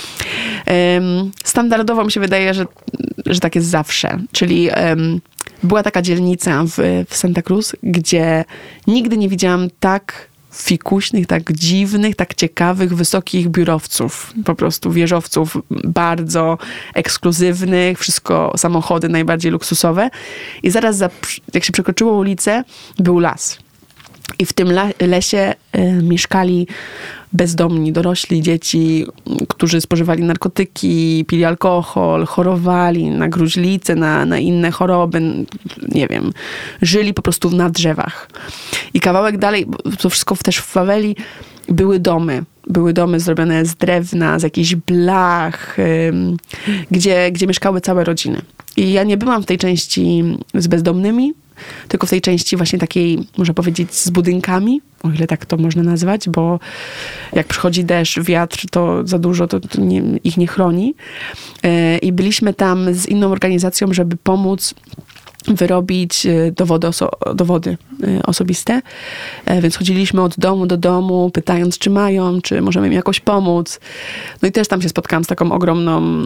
[SPEAKER 3] Standardowo mi się wydaje, że tak jest zawsze. Czyli była taka dzielnica w Santa Cruz, gdzie nigdy nie widziałam tak fikuśnych, tak dziwnych, tak ciekawych, wysokich biurowców. Po prostu wieżowców bardzo ekskluzywnych, wszystko samochody najbardziej luksusowe. I zaraz jak się przekroczyło ulicę, był las. I w tym lesie mieszkali bezdomni, dorośli, dzieci, którzy spożywali narkotyki, pili alkohol, chorowali na gruźlicę, na inne choroby, nie wiem, żyli po prostu na drzewach. I kawałek dalej, to wszystko też w faweli, były domy. Były domy zrobione z drewna, z jakichś blach, gdzie mieszkały całe rodziny. I ja nie byłam w tej części z bezdomnymi, tylko w tej części właśnie takiej, można powiedzieć, z budynkami, o ile tak to można nazwać, bo jak przychodzi deszcz, wiatr, to za dużo ich nie chroni. I byliśmy tam z inną organizacją, żeby pomóc wyrobić dowody osobiste. Więc chodziliśmy od domu do domu, pytając, czy mają, czy możemy im jakoś pomóc. No i też tam się spotkałam z taką ogromną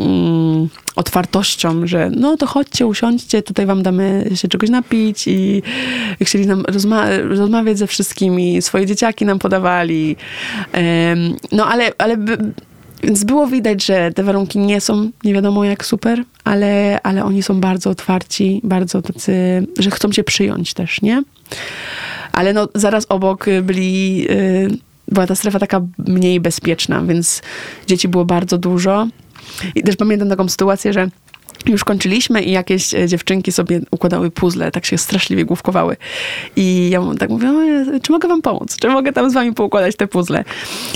[SPEAKER 3] otwartością, że no to chodźcie, usiądźcie, tutaj wam damy się czegoś napić i chcieli nam rozmawiać ze wszystkimi, swoje dzieciaki nam podawali. No ale więc było widać, że te warunki nie są nie wiadomo jak super, ale oni są bardzo otwarci, bardzo tacy, że chcą cię przyjąć też, nie? Ale no zaraz obok była ta strefa taka mniej bezpieczna, więc dzieci było bardzo dużo. I też pamiętam taką sytuację, że już kończyliśmy i jakieś dziewczynki sobie układały puzzle, tak się straszliwie główkowały. I ja tak mówię, czy mogę wam pomóc? Czy mogę tam z wami poukładać te puzzle?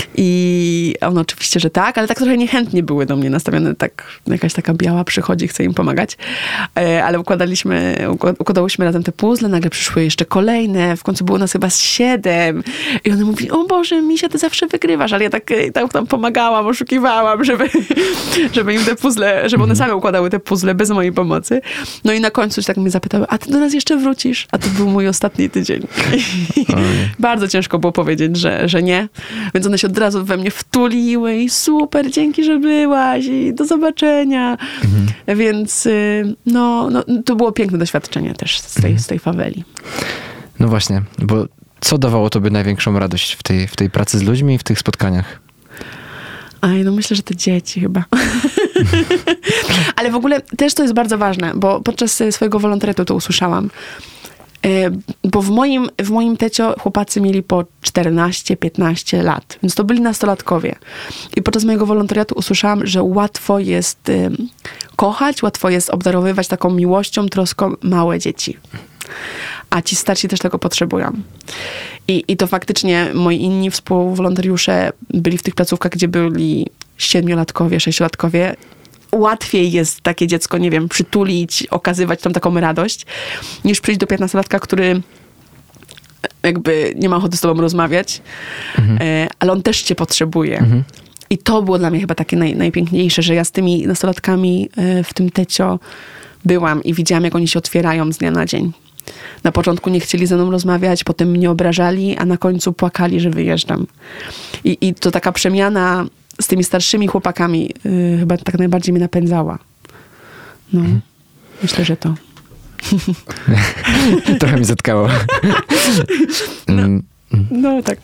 [SPEAKER 3] I one oczywiście, że tak, ale tak trochę niechętnie były do mnie nastawione, tak jakaś taka biała przychodzi, chce im pomagać. Ale układałyśmy razem te puzzle, nagle przyszły jeszcze kolejne, w końcu było nas chyba 7. I one mówi, o Boże, Misia, ty zawsze wygrywasz, ale ja tak tam pomagałam, oszukiwałam, żeby im te puzzle, żeby one same układały te puzzle bez mojej pomocy. No i na końcu się tak mnie zapytały, a ty do nas jeszcze wrócisz? A to był mój ostatni tydzień. Bardzo ciężko było powiedzieć, że nie. Więc one się od razu we mnie wtuliły i super, dzięki, że byłaś i do zobaczenia. Więc no, to było piękne doświadczenie też z tej faweli.
[SPEAKER 2] No właśnie, bo co dawało tobie największą radość w tej pracy z ludźmi i w tych spotkaniach?
[SPEAKER 3] No myślę, że te dzieci chyba. Ale w ogóle też to jest bardzo ważne, bo podczas swojego wolontariatu to usłyszałam, Bo w moim tecio chłopacy mieli po 14-15 lat, więc to byli nastolatkowie. I podczas mojego wolontariatu usłyszałam, że łatwo jest kochać, łatwo jest obdarowywać taką miłością, troską małe dzieci. A ci starsi też tego potrzebują. I to faktycznie moi inni współwolontariusze byli w tych placówkach, gdzie byli 7-latkowie, 6-latkowie. Łatwiej jest takie dziecko, nie wiem, przytulić, okazywać tam taką radość, niż przyjść do 15-latka, który jakby nie ma ochoty z tobą rozmawiać, ale on też cię potrzebuje. I to było dla mnie chyba takie najpiękniejsze, że ja z tymi nastolatkami w tym tecio byłam i widziałam, jak oni się otwierają z dnia na dzień. Na początku nie chcieli ze mną rozmawiać, potem mnie obrażali, a na końcu płakali, że wyjeżdżam. I to taka przemiana z tymi starszymi chłopakami chyba tak najbardziej mnie napędzała. No, myślę, że to.
[SPEAKER 2] Trochę mi zatkało.
[SPEAKER 3] No tak.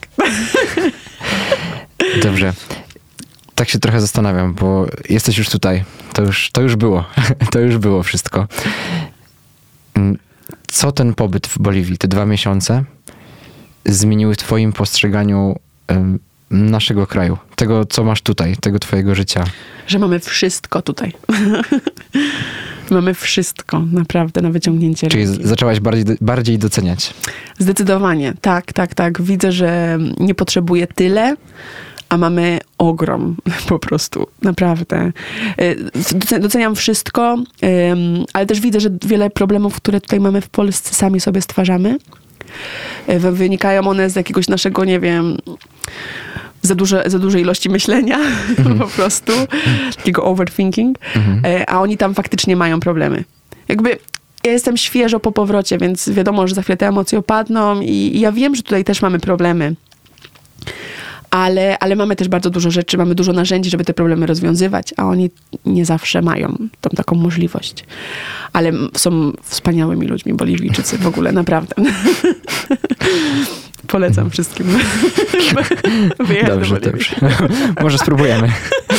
[SPEAKER 2] Dobrze. Tak się trochę zastanawiam, bo jesteś już tutaj. To już było. To już było wszystko. Co ten pobyt w Boliwii, te 2 miesiące, zmieniły w twoim postrzeganiu naszego kraju? Tego, co masz tutaj, tego twojego życia? Że
[SPEAKER 3] mamy wszystko tutaj. Mamy wszystko, naprawdę, na wyciągnięcie
[SPEAKER 2] ręki.
[SPEAKER 3] Czyli
[SPEAKER 2] zaczęłaś bardziej doceniać?
[SPEAKER 3] Zdecydowanie, tak. Widzę, że nie potrzebuję tyle, a mamy ogrom po prostu, naprawdę. Doceniam wszystko, ale też widzę, że wiele problemów, które tutaj mamy w Polsce, sami sobie stwarzamy. Wynikają one z jakiegoś naszego, nie wiem, za dużej ilości myślenia po prostu, takiego overthinking, a oni tam faktycznie mają problemy. Jakby ja jestem świeżo po powrocie, więc wiadomo, że za chwilę te emocje opadną i ja wiem, że tutaj też mamy problemy. Ale mamy też bardzo dużo rzeczy, mamy dużo narzędzi, żeby te problemy rozwiązywać, a oni nie zawsze mają tą taką możliwość. Ale są wspaniałymi ludźmi, Boliwijczycy w ogóle, naprawdę. Polecam wszystkim.
[SPEAKER 2] Dobrze. Może spróbujemy.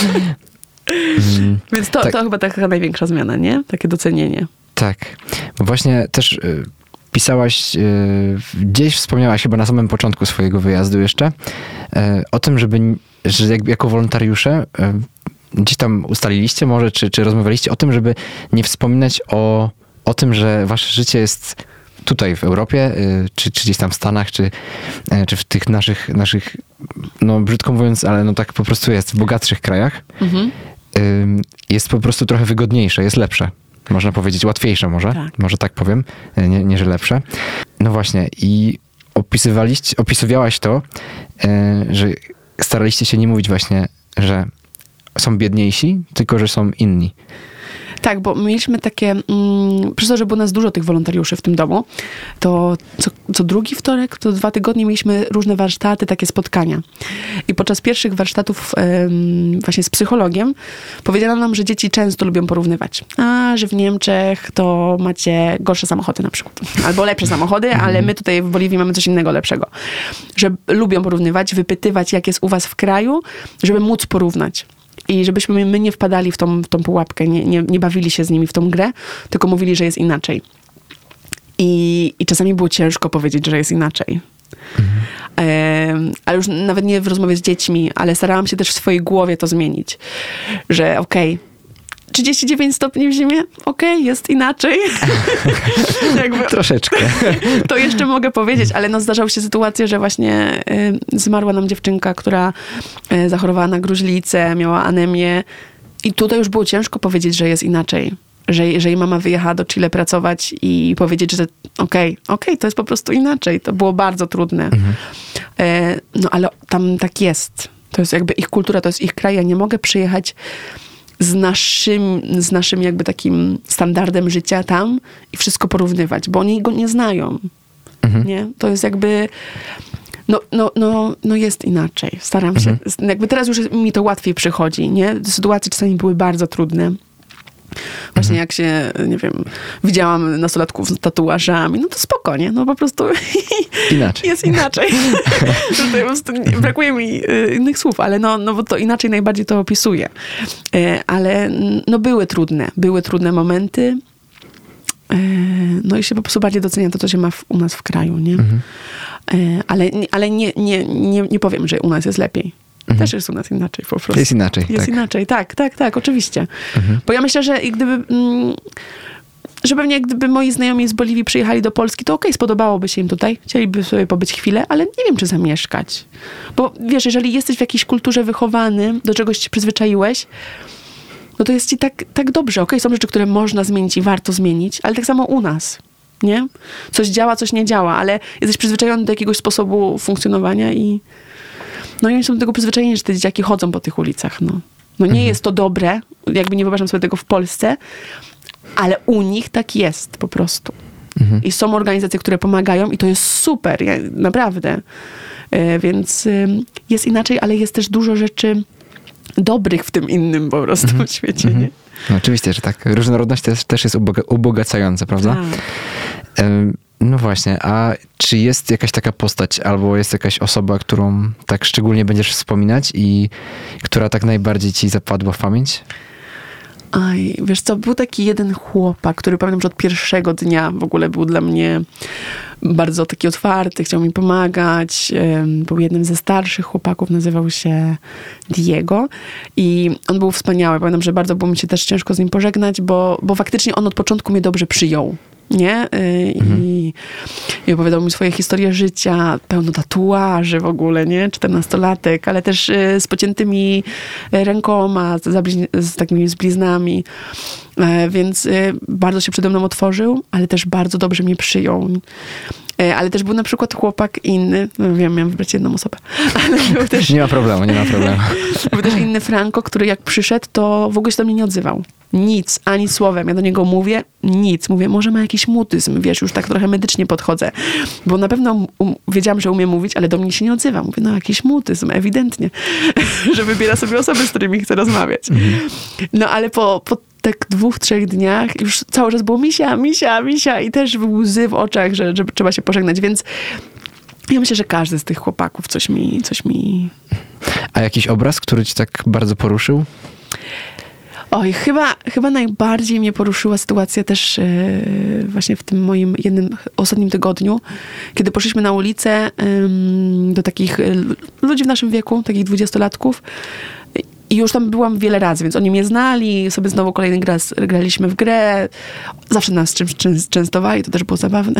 [SPEAKER 3] Więc to chyba taka największa zmiana, nie? Takie docenienie.
[SPEAKER 2] Tak. Bo właśnie też pisałaś, gdzieś wspomniałaś chyba na samym początku swojego wyjazdu jeszcze, o tym, że jako wolontariusze gdzieś tam ustaliliście może, czy rozmawialiście o tym, żeby nie wspominać o tym, że wasze życie jest tutaj w Europie, czy gdzieś tam w Stanach, czy w tych naszych, no brzydko mówiąc, ale no tak po prostu jest, w bogatszych krajach, jest po prostu trochę wygodniejsze, jest lepsze. Można powiedzieć łatwiejsze może tak powiem, nie że lepsze. No właśnie i opisywałaś to, że staraliście się nie mówić właśnie, że są biedniejsi, tylko że są inni.
[SPEAKER 3] Tak, bo mieliśmy takie, przez to, że było nas dużo tych wolontariuszy w tym domu, to co drugi wtorek, to 2 tygodnie mieliśmy różne warsztaty, takie spotkania. I podczas pierwszych warsztatów właśnie z psychologiem powiedziano nam, że dzieci często lubią porównywać. Że w Niemczech to macie gorsze samochody na przykład. Albo lepsze samochody, ale my tutaj w Boliwii mamy coś innego lepszego. Że lubią porównywać, wypytywać, jak jest u was w kraju, żeby móc porównać. I żebyśmy my nie wpadali w tą pułapkę, nie bawili się z nimi w tą grę, tylko mówili, że jest inaczej. I czasami było ciężko powiedzieć, że jest inaczej. Ale już nawet nie w rozmowie z dziećmi, ale starałam się też w swojej głowie to zmienić. Że 39 stopni w zimie? Jest inaczej. Jakby,
[SPEAKER 2] troszeczkę.
[SPEAKER 3] To jeszcze mogę powiedzieć, ale no zdarzały się sytuacje, że właśnie zmarła nam dziewczynka, która zachorowała na gruźlicę, miała anemię i tutaj już było ciężko powiedzieć, że jest inaczej. Że jej mama wyjechała do Chile pracować i powiedzieć, że to jest po prostu inaczej. To było bardzo trudne. No ale tam tak jest. To jest jakby ich kultura, to jest ich kraj. Ja nie mogę przyjechać z naszym jakby takim standardem życia tam i wszystko porównywać, bo oni go nie znają. Nie? To jest jakby jest inaczej. Staram się. Jakby teraz już mi to łatwiej przychodzi, nie? Sytuacje czasami były bardzo trudne. Właśnie jak się, nie wiem, widziałam nastolatków z tatuażami, no to spokojnie, no po prostu
[SPEAKER 2] inaczej.
[SPEAKER 3] Jest inaczej. Tutaj po prostu brakuje mi innych słów, ale no bo to inaczej najbardziej to opisuje. Ale no były trudne momenty. no i się po prostu bardziej docenia to, co się ma u nas w kraju, nie? Ale nie powiem, że u nas jest lepiej. Też jest u nas inaczej po prostu.
[SPEAKER 2] Jest inaczej,
[SPEAKER 3] Jest inaczej, tak, oczywiście. Bo ja myślę, że pewnie gdyby moi znajomi z Boliwii przyjechali do Polski, to okej, spodobałoby się im tutaj. Chcieliby sobie pobyć chwilę, ale nie wiem, czy zamieszkać. Bo wiesz, jeżeli jesteś w jakiejś kulturze wychowany, do czegoś się przyzwyczaiłeś, no to jest ci tak dobrze. Okej, są rzeczy, które można zmienić i warto zmienić, ale tak samo u nas, nie? Coś działa, coś nie działa, ale jesteś przyzwyczajony do jakiegoś sposobu funkcjonowania i oni są do tego przyzwyczajeni, że te dzieciaki chodzą po tych ulicach, No nie jest to dobre, jakby nie wyobrażam sobie tego w Polsce, ale u nich tak jest po prostu. I są organizacje, które pomagają i to jest super, naprawdę. Więc jest inaczej, ale jest też dużo rzeczy dobrych w tym innym po prostu świecie, nie?
[SPEAKER 2] No, oczywiście, że tak. Różnorodność też jest ubogacająca, prawda?
[SPEAKER 3] Tak.
[SPEAKER 2] No właśnie, a czy jest jakaś taka postać albo jest jakaś osoba, którą tak szczególnie będziesz wspominać i która tak najbardziej ci zapadła w pamięć?
[SPEAKER 3] Aj, wiesz co, był taki jeden chłopak, który pamiętam, że od pierwszego dnia w ogóle był dla mnie bardzo taki otwarty, chciał mi pomagać. Był jednym ze starszych chłopaków, nazywał się Diego i on był wspaniały. Pamiętam, że bardzo było mi się też ciężko z nim pożegnać, bo faktycznie on od początku mnie dobrze przyjął. Nie? I opowiadał mi swoje historie życia, pełno tatuaży w ogóle, nie? 14-latek, ale też z pociętymi rękoma, z takimi bliznami. Więc bardzo się przede mną otworzył, ale też bardzo dobrze mnie przyjął. Ale też był na przykład chłopak inny, wiem, miałem wybrać jedną osobę, ale był też...
[SPEAKER 2] Nie ma problemu.
[SPEAKER 3] Był też inny Franko, który jak przyszedł, to w ogóle się do mnie nie odzywał. Nic, ani słowem. Ja do niego mówię, nic. Mówię, może ma jakiś mutyzm, wiesz, już tak trochę medycznie podchodzę. Bo na pewno wiedziałam, że umie mówić, ale do mnie się nie odzywa. Mówię, no jakiś mutyzm, ewidentnie. Że wybiera sobie osoby, z którymi chce rozmawiać. No ale po tak 2-3 dniach już cały czas było misia i też łzy w oczach, że trzeba się pożegnać, więc ja myślę, że każdy z tych chłopaków coś mi...
[SPEAKER 2] A jakiś obraz, który ci tak bardzo poruszył?
[SPEAKER 3] Oj, chyba najbardziej mnie poruszyła sytuacja też właśnie w tym moim jednym ostatnim tygodniu, kiedy poszliśmy na ulicę do takich ludzi w naszym wieku, takich 20-latków. I już tam byłam wiele razy, więc oni mnie znali, sobie znowu kolejny raz graliśmy w grę. Zawsze nas czymś częstowali, to też było zabawne.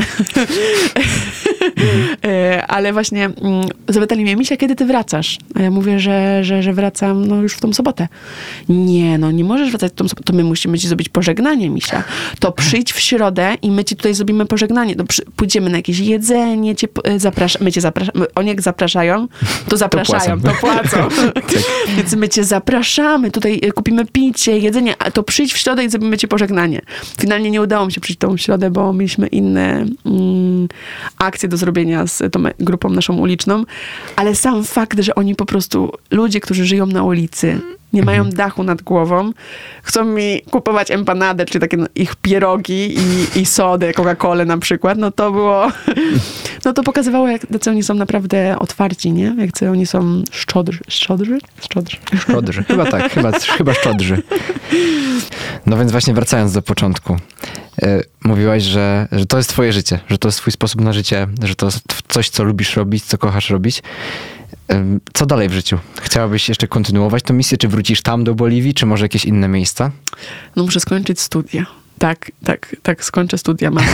[SPEAKER 3] Ale właśnie zapytali mnie, Misia, kiedy ty wracasz? A ja mówię, że wracam już w tą sobotę. Nie, nie możesz wracać w tą sobotę, to my musimy ci zrobić pożegnanie, Misia. To przyjdź w środę i my ci tutaj zrobimy pożegnanie. Pójdziemy na jakieś jedzenie, my cię zapraszamy. Oni jak zapraszają, to zapraszają, to płacą. Więc my cię zapraszamy, tutaj kupimy picie, jedzenie, a to przyjdź w środę i zrobimy ci pożegnanie. Finalnie nie udało mi się przyjść tą środę, bo mieliśmy inne akcje do zrobienia z tą grupą naszą uliczną, ale sam fakt, że oni po prostu, ludzie, którzy żyją na ulicy, nie mają dachu nad głową, chcą mi kupować empanadę, czyli takie ich pierogi i sodę, Coca-Colę na przykład, to było, to pokazywało, jak oni są naprawdę otwarci, nie? Jak oni są szczodrzy.
[SPEAKER 2] Chyba tak, chyba szczodrzy. No więc właśnie wracając do początku. Mówiłaś, że to jest twoje życie, że to jest twój sposób na życie, że to jest coś, co lubisz robić, co kochasz robić. Co dalej w życiu? Chciałabyś jeszcze kontynuować tę misję? Czy wrócisz tam do Boliwii, czy może jakieś inne miejsca?
[SPEAKER 3] Muszę skończyć studia. Tak, skończę studia, mama.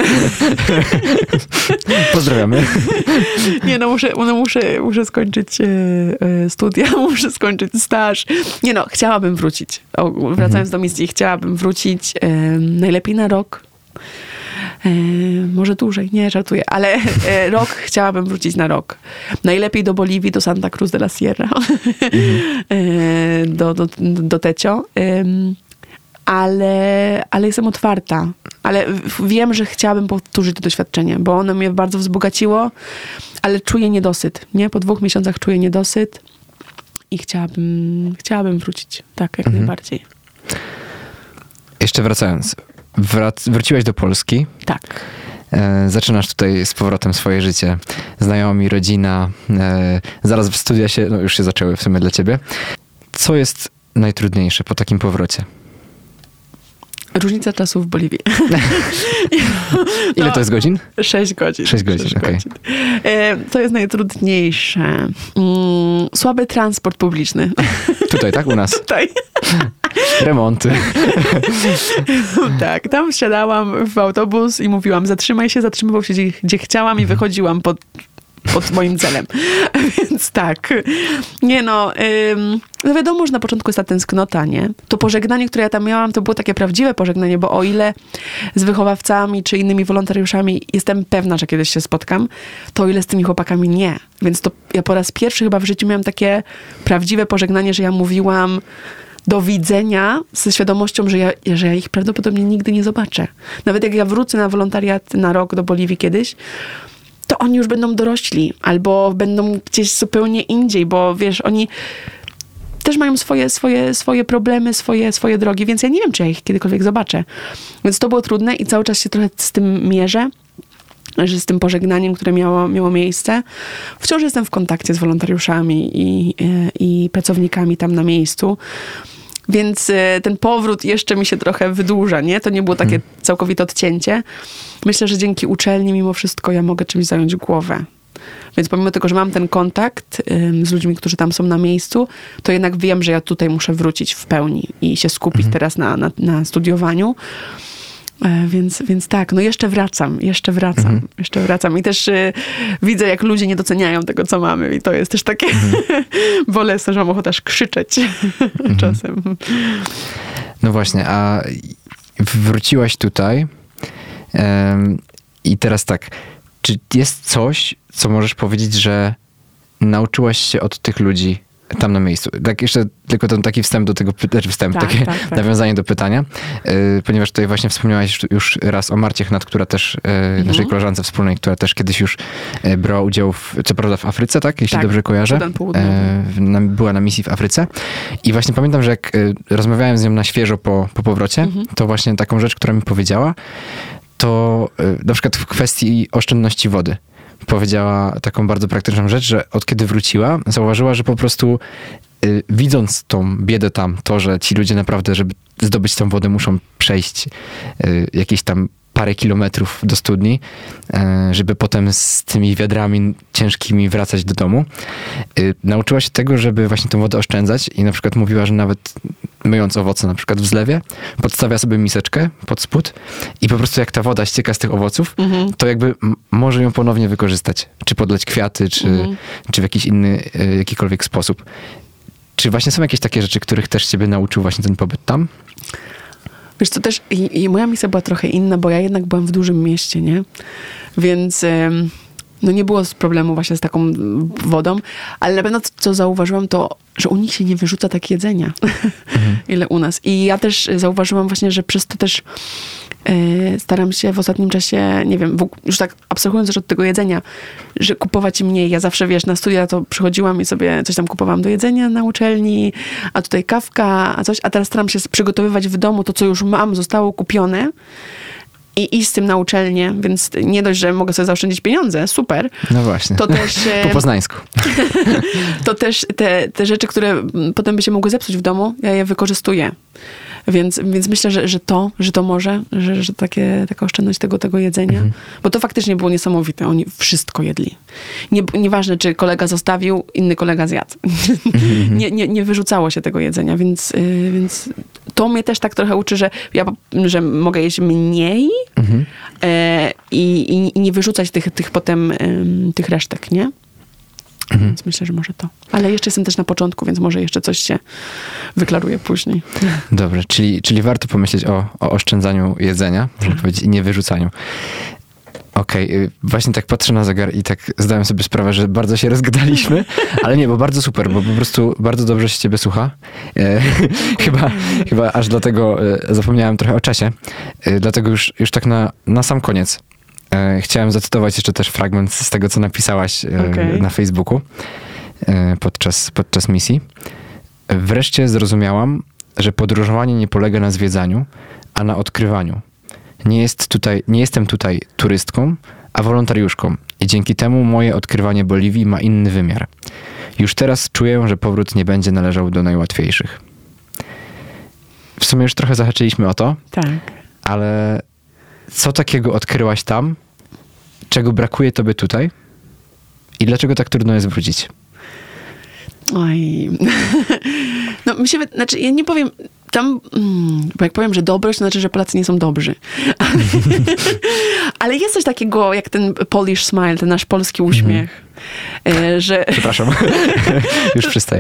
[SPEAKER 2] Pozdrawiamy.
[SPEAKER 3] Nie, muszę skończyć studia, muszę skończyć staż. Nie chciałabym wrócić. Wracając do misji, chciałabym wrócić najlepiej na rok. Może dłużej, nie, żartuję, ale rok chciałabym wrócić na rok. Najlepiej do Boliwii, do Santa Cruz de la Sierra, do Tecio. Ale jestem otwarta. Ale wiem, że chciałabym powtórzyć to doświadczenie, bo ono mnie bardzo wzbogaciło, ale czuję niedosyt, nie? Po 2 miesiącach czuję niedosyt i chciałabym wrócić. Tak, jak najbardziej.
[SPEAKER 2] Jeszcze wracając. Wróciłaś do Polski.
[SPEAKER 3] Tak.
[SPEAKER 2] Zaczynasz tutaj z powrotem swoje życie. Znajomi, rodzina. Zaraz studia już się zaczęły w sumie dla ciebie. Co jest najtrudniejsze po takim powrocie?
[SPEAKER 3] Różnica czasu w Boliwii.
[SPEAKER 2] Ile to jest godzin?
[SPEAKER 3] 6 godzin.
[SPEAKER 2] 6 godzin, okej.
[SPEAKER 3] To jest najtrudniejsze. Słaby transport publiczny.
[SPEAKER 2] Tutaj, tak? U nas?
[SPEAKER 3] Tutaj.
[SPEAKER 2] Remonty.
[SPEAKER 3] Tak, tam wsiadałam w autobus i mówiłam, zatrzymaj się, zatrzymywał się gdzie chciałam i wychodziłam pod moim celem. Więc tak. Nie no, no wiadomo, że na początku jest ta tęsknota, nie? To pożegnanie, które ja tam miałam, to było takie prawdziwe pożegnanie, bo o ile z wychowawcami czy innymi wolontariuszami jestem pewna, że kiedyś się spotkam, to o ile z tymi chłopakami nie. Więc to ja po raz pierwszy chyba w życiu miałam takie prawdziwe pożegnanie, że ja mówiłam do widzenia ze świadomością, że ja ich prawdopodobnie nigdy nie zobaczę. Nawet jak ja wrócę na wolontariat na rok do Boliwii kiedyś, to oni już będą dorośli, albo będą gdzieś zupełnie indziej, bo wiesz, oni też mają swoje problemy, swoje drogi, więc ja nie wiem, czy ja ich kiedykolwiek zobaczę. Więc to było trudne i cały czas się trochę z tym mierzę, że z tym pożegnaniem, które miało miejsce. Wciąż jestem w kontakcie z wolontariuszami i pracownikami tam na miejscu. Więc ten powrót jeszcze mi się trochę wydłuża, nie? To nie było takie całkowite odcięcie. Myślę, że dzięki uczelni mimo wszystko ja mogę czymś zająć głowę. Więc pomimo tego, że mam ten kontakt z ludźmi, którzy tam są na miejscu, to jednak wiem, że ja tutaj muszę wrócić w pełni i się skupić teraz na studiowaniu. Więc tak, no jeszcze wracam. I też widzę, jak ludzie nie doceniają tego, co mamy. I to jest też takie bolesne, że mam ochotę aż krzyczeć czasem.
[SPEAKER 2] No właśnie, a wróciłaś tutaj i teraz tak, czy jest coś, co możesz powiedzieć, że nauczyłaś się od tych ludzi tam na miejscu? Tak jeszcze tylko ten taki wstęp do tego, takie nawiązanie do pytania, ponieważ tutaj właśnie wspomniałaś już raz o Marcie Chnat, która też, naszej koleżance wspólnej, która też kiedyś już brała udział co prawda w Afryce, tak? Jeśli dobrze kojarzę. Była na misji w Afryce. I właśnie pamiętam, że jak rozmawiałem z nią na świeżo po powrocie, to właśnie taką rzecz, która mi powiedziała, to na przykład w kwestii oszczędności wody. Powiedziała taką bardzo praktyczną rzecz, że od kiedy wróciła, zauważyła, że po prostu widząc tą biedę tam, to, że ci ludzie naprawdę, żeby zdobyć tą wodę, muszą przejść jakieś tam parę kilometrów do studni, żeby potem z tymi wiadrami ciężkimi wracać do domu. Nauczyła się tego, żeby właśnie tą wodę oszczędzać i na przykład mówiła, że nawet myjąc owoce na przykład w zlewie, podstawia sobie miseczkę pod spód i po prostu jak ta woda ścieka z tych owoców, to jakby może ją ponownie wykorzystać. Czy podleć kwiaty, czy w jakiś inny, jakikolwiek sposób. Czy właśnie są jakieś takie rzeczy, których też ciebie nauczył właśnie ten pobyt tam?
[SPEAKER 3] Wiesz co, też i moja misja była trochę inna, bo ja jednak byłam w dużym mieście, nie? Więc no nie było problemu właśnie z taką wodą, ale na pewno co zauważyłam, to że u nich się nie wyrzuca tak jedzenia, ile u nas. I ja też zauważyłam właśnie, że przez to też staram się w ostatnim czasie, nie wiem, już tak abstrahując też od tego jedzenia, że kupować mniej. Ja zawsze, wiesz, na studia to przychodziłam i sobie coś tam kupowałam do jedzenia na uczelni, a tutaj kawka, a teraz staram się przygotowywać w domu to, co już mam, zostało kupione i iść z tym na uczelnię, więc nie dość, że mogę sobie zaoszczędzić pieniądze, super.
[SPEAKER 2] No właśnie, to też, po poznańsku.
[SPEAKER 3] To też te rzeczy, które potem by się mogły zepsuć w domu, ja je wykorzystuję. Więc myślę, że to może, że taka oszczędność tego jedzenia, bo to faktycznie było niesamowite. Oni wszystko jedli. Nieważne, czy kolega zostawił, inny kolega zjadł. Nie wyrzucało się tego jedzenia, więc to mnie też tak trochę uczy, że mogę jeść mniej i nie wyrzucać tych potem tych resztek, nie? Więc myślę, że może to. Ale jeszcze jestem też na początku, więc może jeszcze coś się wyklaruje później.
[SPEAKER 2] Dobrze, czyli warto pomyśleć o oszczędzaniu jedzenia, można powiedzieć, i nie wyrzucaniu. Okej, właśnie tak patrzę na zegar i tak zdałem sobie sprawę, że bardzo się rozgadaliśmy, ale nie, bo bardzo super, bo po prostu bardzo dobrze się ciebie słucha. Chyba aż dlatego zapomniałem trochę o czasie. Dlatego już tak na sam koniec chciałem zacytować jeszcze też fragment z tego, co napisałaś na Facebooku podczas misji. Wreszcie zrozumiałam, że podróżowanie nie polega na zwiedzaniu, a na odkrywaniu. Nie jestem tutaj turystką, a wolontariuszką i dzięki temu moje odkrywanie Boliwii ma inny wymiar. Już teraz czuję, że powrót nie będzie należał do najłatwiejszych. w sumie już trochę zahaczyliśmy o to,
[SPEAKER 3] Tak.
[SPEAKER 2] ale co takiego odkryłaś tam, czego brakuje tobie tutaj i dlaczego tak trudno jest wrócić?
[SPEAKER 3] Oj. No, znaczy, ja nie powiem tam, bo jak powiem, że dobrość, to znaczy, że Polacy nie są dobrzy. Ale jest coś takiego, jak ten Polish smile, ten nasz polski uśmiech, że...
[SPEAKER 2] Przepraszam, już przestaję.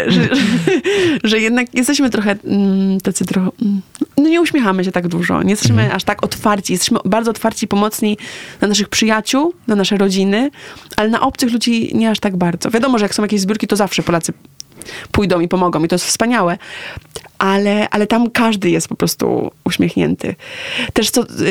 [SPEAKER 3] Że jednak jesteśmy trochę tacy trochę... No nie uśmiechamy się tak dużo, nie jesteśmy aż tak otwarci. Jesteśmy bardzo otwarci i pomocni na naszych przyjaciół, na nasze rodziny, ale na obcych ludzi nie aż tak bardzo. Wiadomo, że jak są jakieś zbiórki, to zawsze Polacy pójdą i pomogą i to jest wspaniałe. Ale tam każdy jest po prostu uśmiechnięty. Też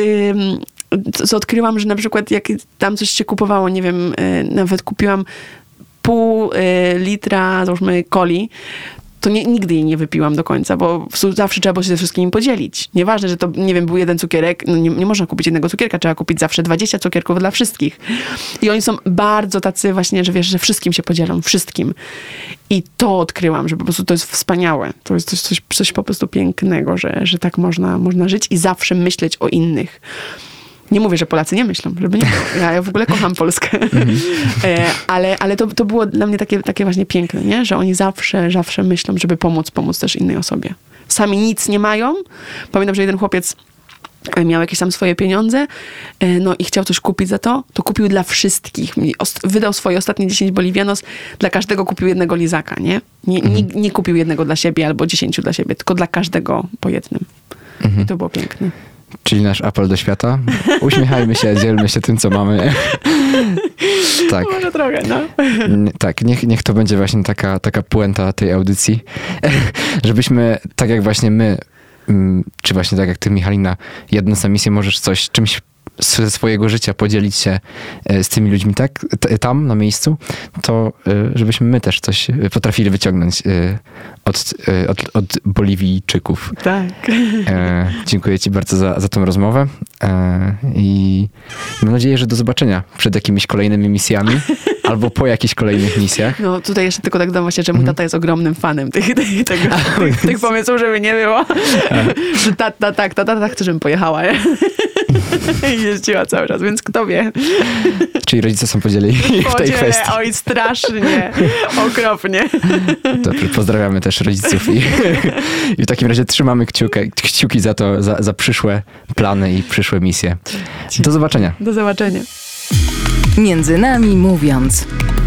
[SPEAKER 3] co odkryłam, że na przykład jak tam coś się kupowało, nie wiem, nawet kupiłam pół litra, załóżmy, coli, to nigdy jej nie wypiłam do końca, bo zawsze trzeba było się ze wszystkimi podzielić. Nieważne, że to, nie wiem, był jeden cukierek, no nie można kupić jednego cukierka, trzeba kupić zawsze 20 cukierków dla wszystkich. I oni są bardzo tacy właśnie, że wiesz, że wszystkim się podzielą, wszystkim. I to odkryłam, że po prostu to jest wspaniałe. To jest coś po prostu pięknego, że tak można żyć i zawsze myśleć o innych. Nie mówię, że Polacy nie myślą, żeby nie było. Ja w ogóle kocham Polskę. Ale to było dla mnie takie właśnie piękne, nie? Że oni zawsze myślą, żeby pomóc też innej osobie. Sami nic nie mają. Pamiętam, że jeden chłopiec miał jakieś tam swoje pieniądze, no i chciał coś kupić za to kupił dla wszystkich. Wydał swoje ostatnie 10 bolivianos, dla każdego kupił jednego lizaka, nie? Nie kupił jednego dla siebie albo 10 dla siebie, tylko dla każdego po jednym. I to było piękne.
[SPEAKER 2] Czyli nasz apel do świata. Uśmiechajmy się, dzielmy się tym, co mamy. Tak.
[SPEAKER 3] Może trochę, no.
[SPEAKER 2] Tak, niech to będzie właśnie taka puenta tej audycji. Żebyśmy, tak jak właśnie my, czy właśnie tak jak ty, Michalina, jedząc na misję, możesz czymś ze swojego życia podzielić się z tymi ludźmi tam, na miejscu, to żebyśmy my też coś potrafili wyciągnąć od Boliwijczyków.
[SPEAKER 3] Tak.
[SPEAKER 2] Dziękuję ci bardzo za tą rozmowę i mam nadzieję, że do zobaczenia przed jakimiś kolejnymi misjami albo po jakichś kolejnych misjach.
[SPEAKER 3] No tutaj jeszcze tylko tak dam właśnie, że mój tata jest ogromnym fanem tych pomysłów, żeby nie było. Że tata chce, żebym pojechała. I jeździła cały czas, więc kto wie.
[SPEAKER 2] Czyli rodzice są podzieleni w tej kwestii.
[SPEAKER 3] Oj, strasznie. Okropnie.
[SPEAKER 2] Dobrze, pozdrawiamy też rodziców i w takim razie trzymamy kciuki za przyszłe plany i przyszłe misje. Do zobaczenia.
[SPEAKER 3] Do zobaczenia.
[SPEAKER 1] Między nami mówiąc.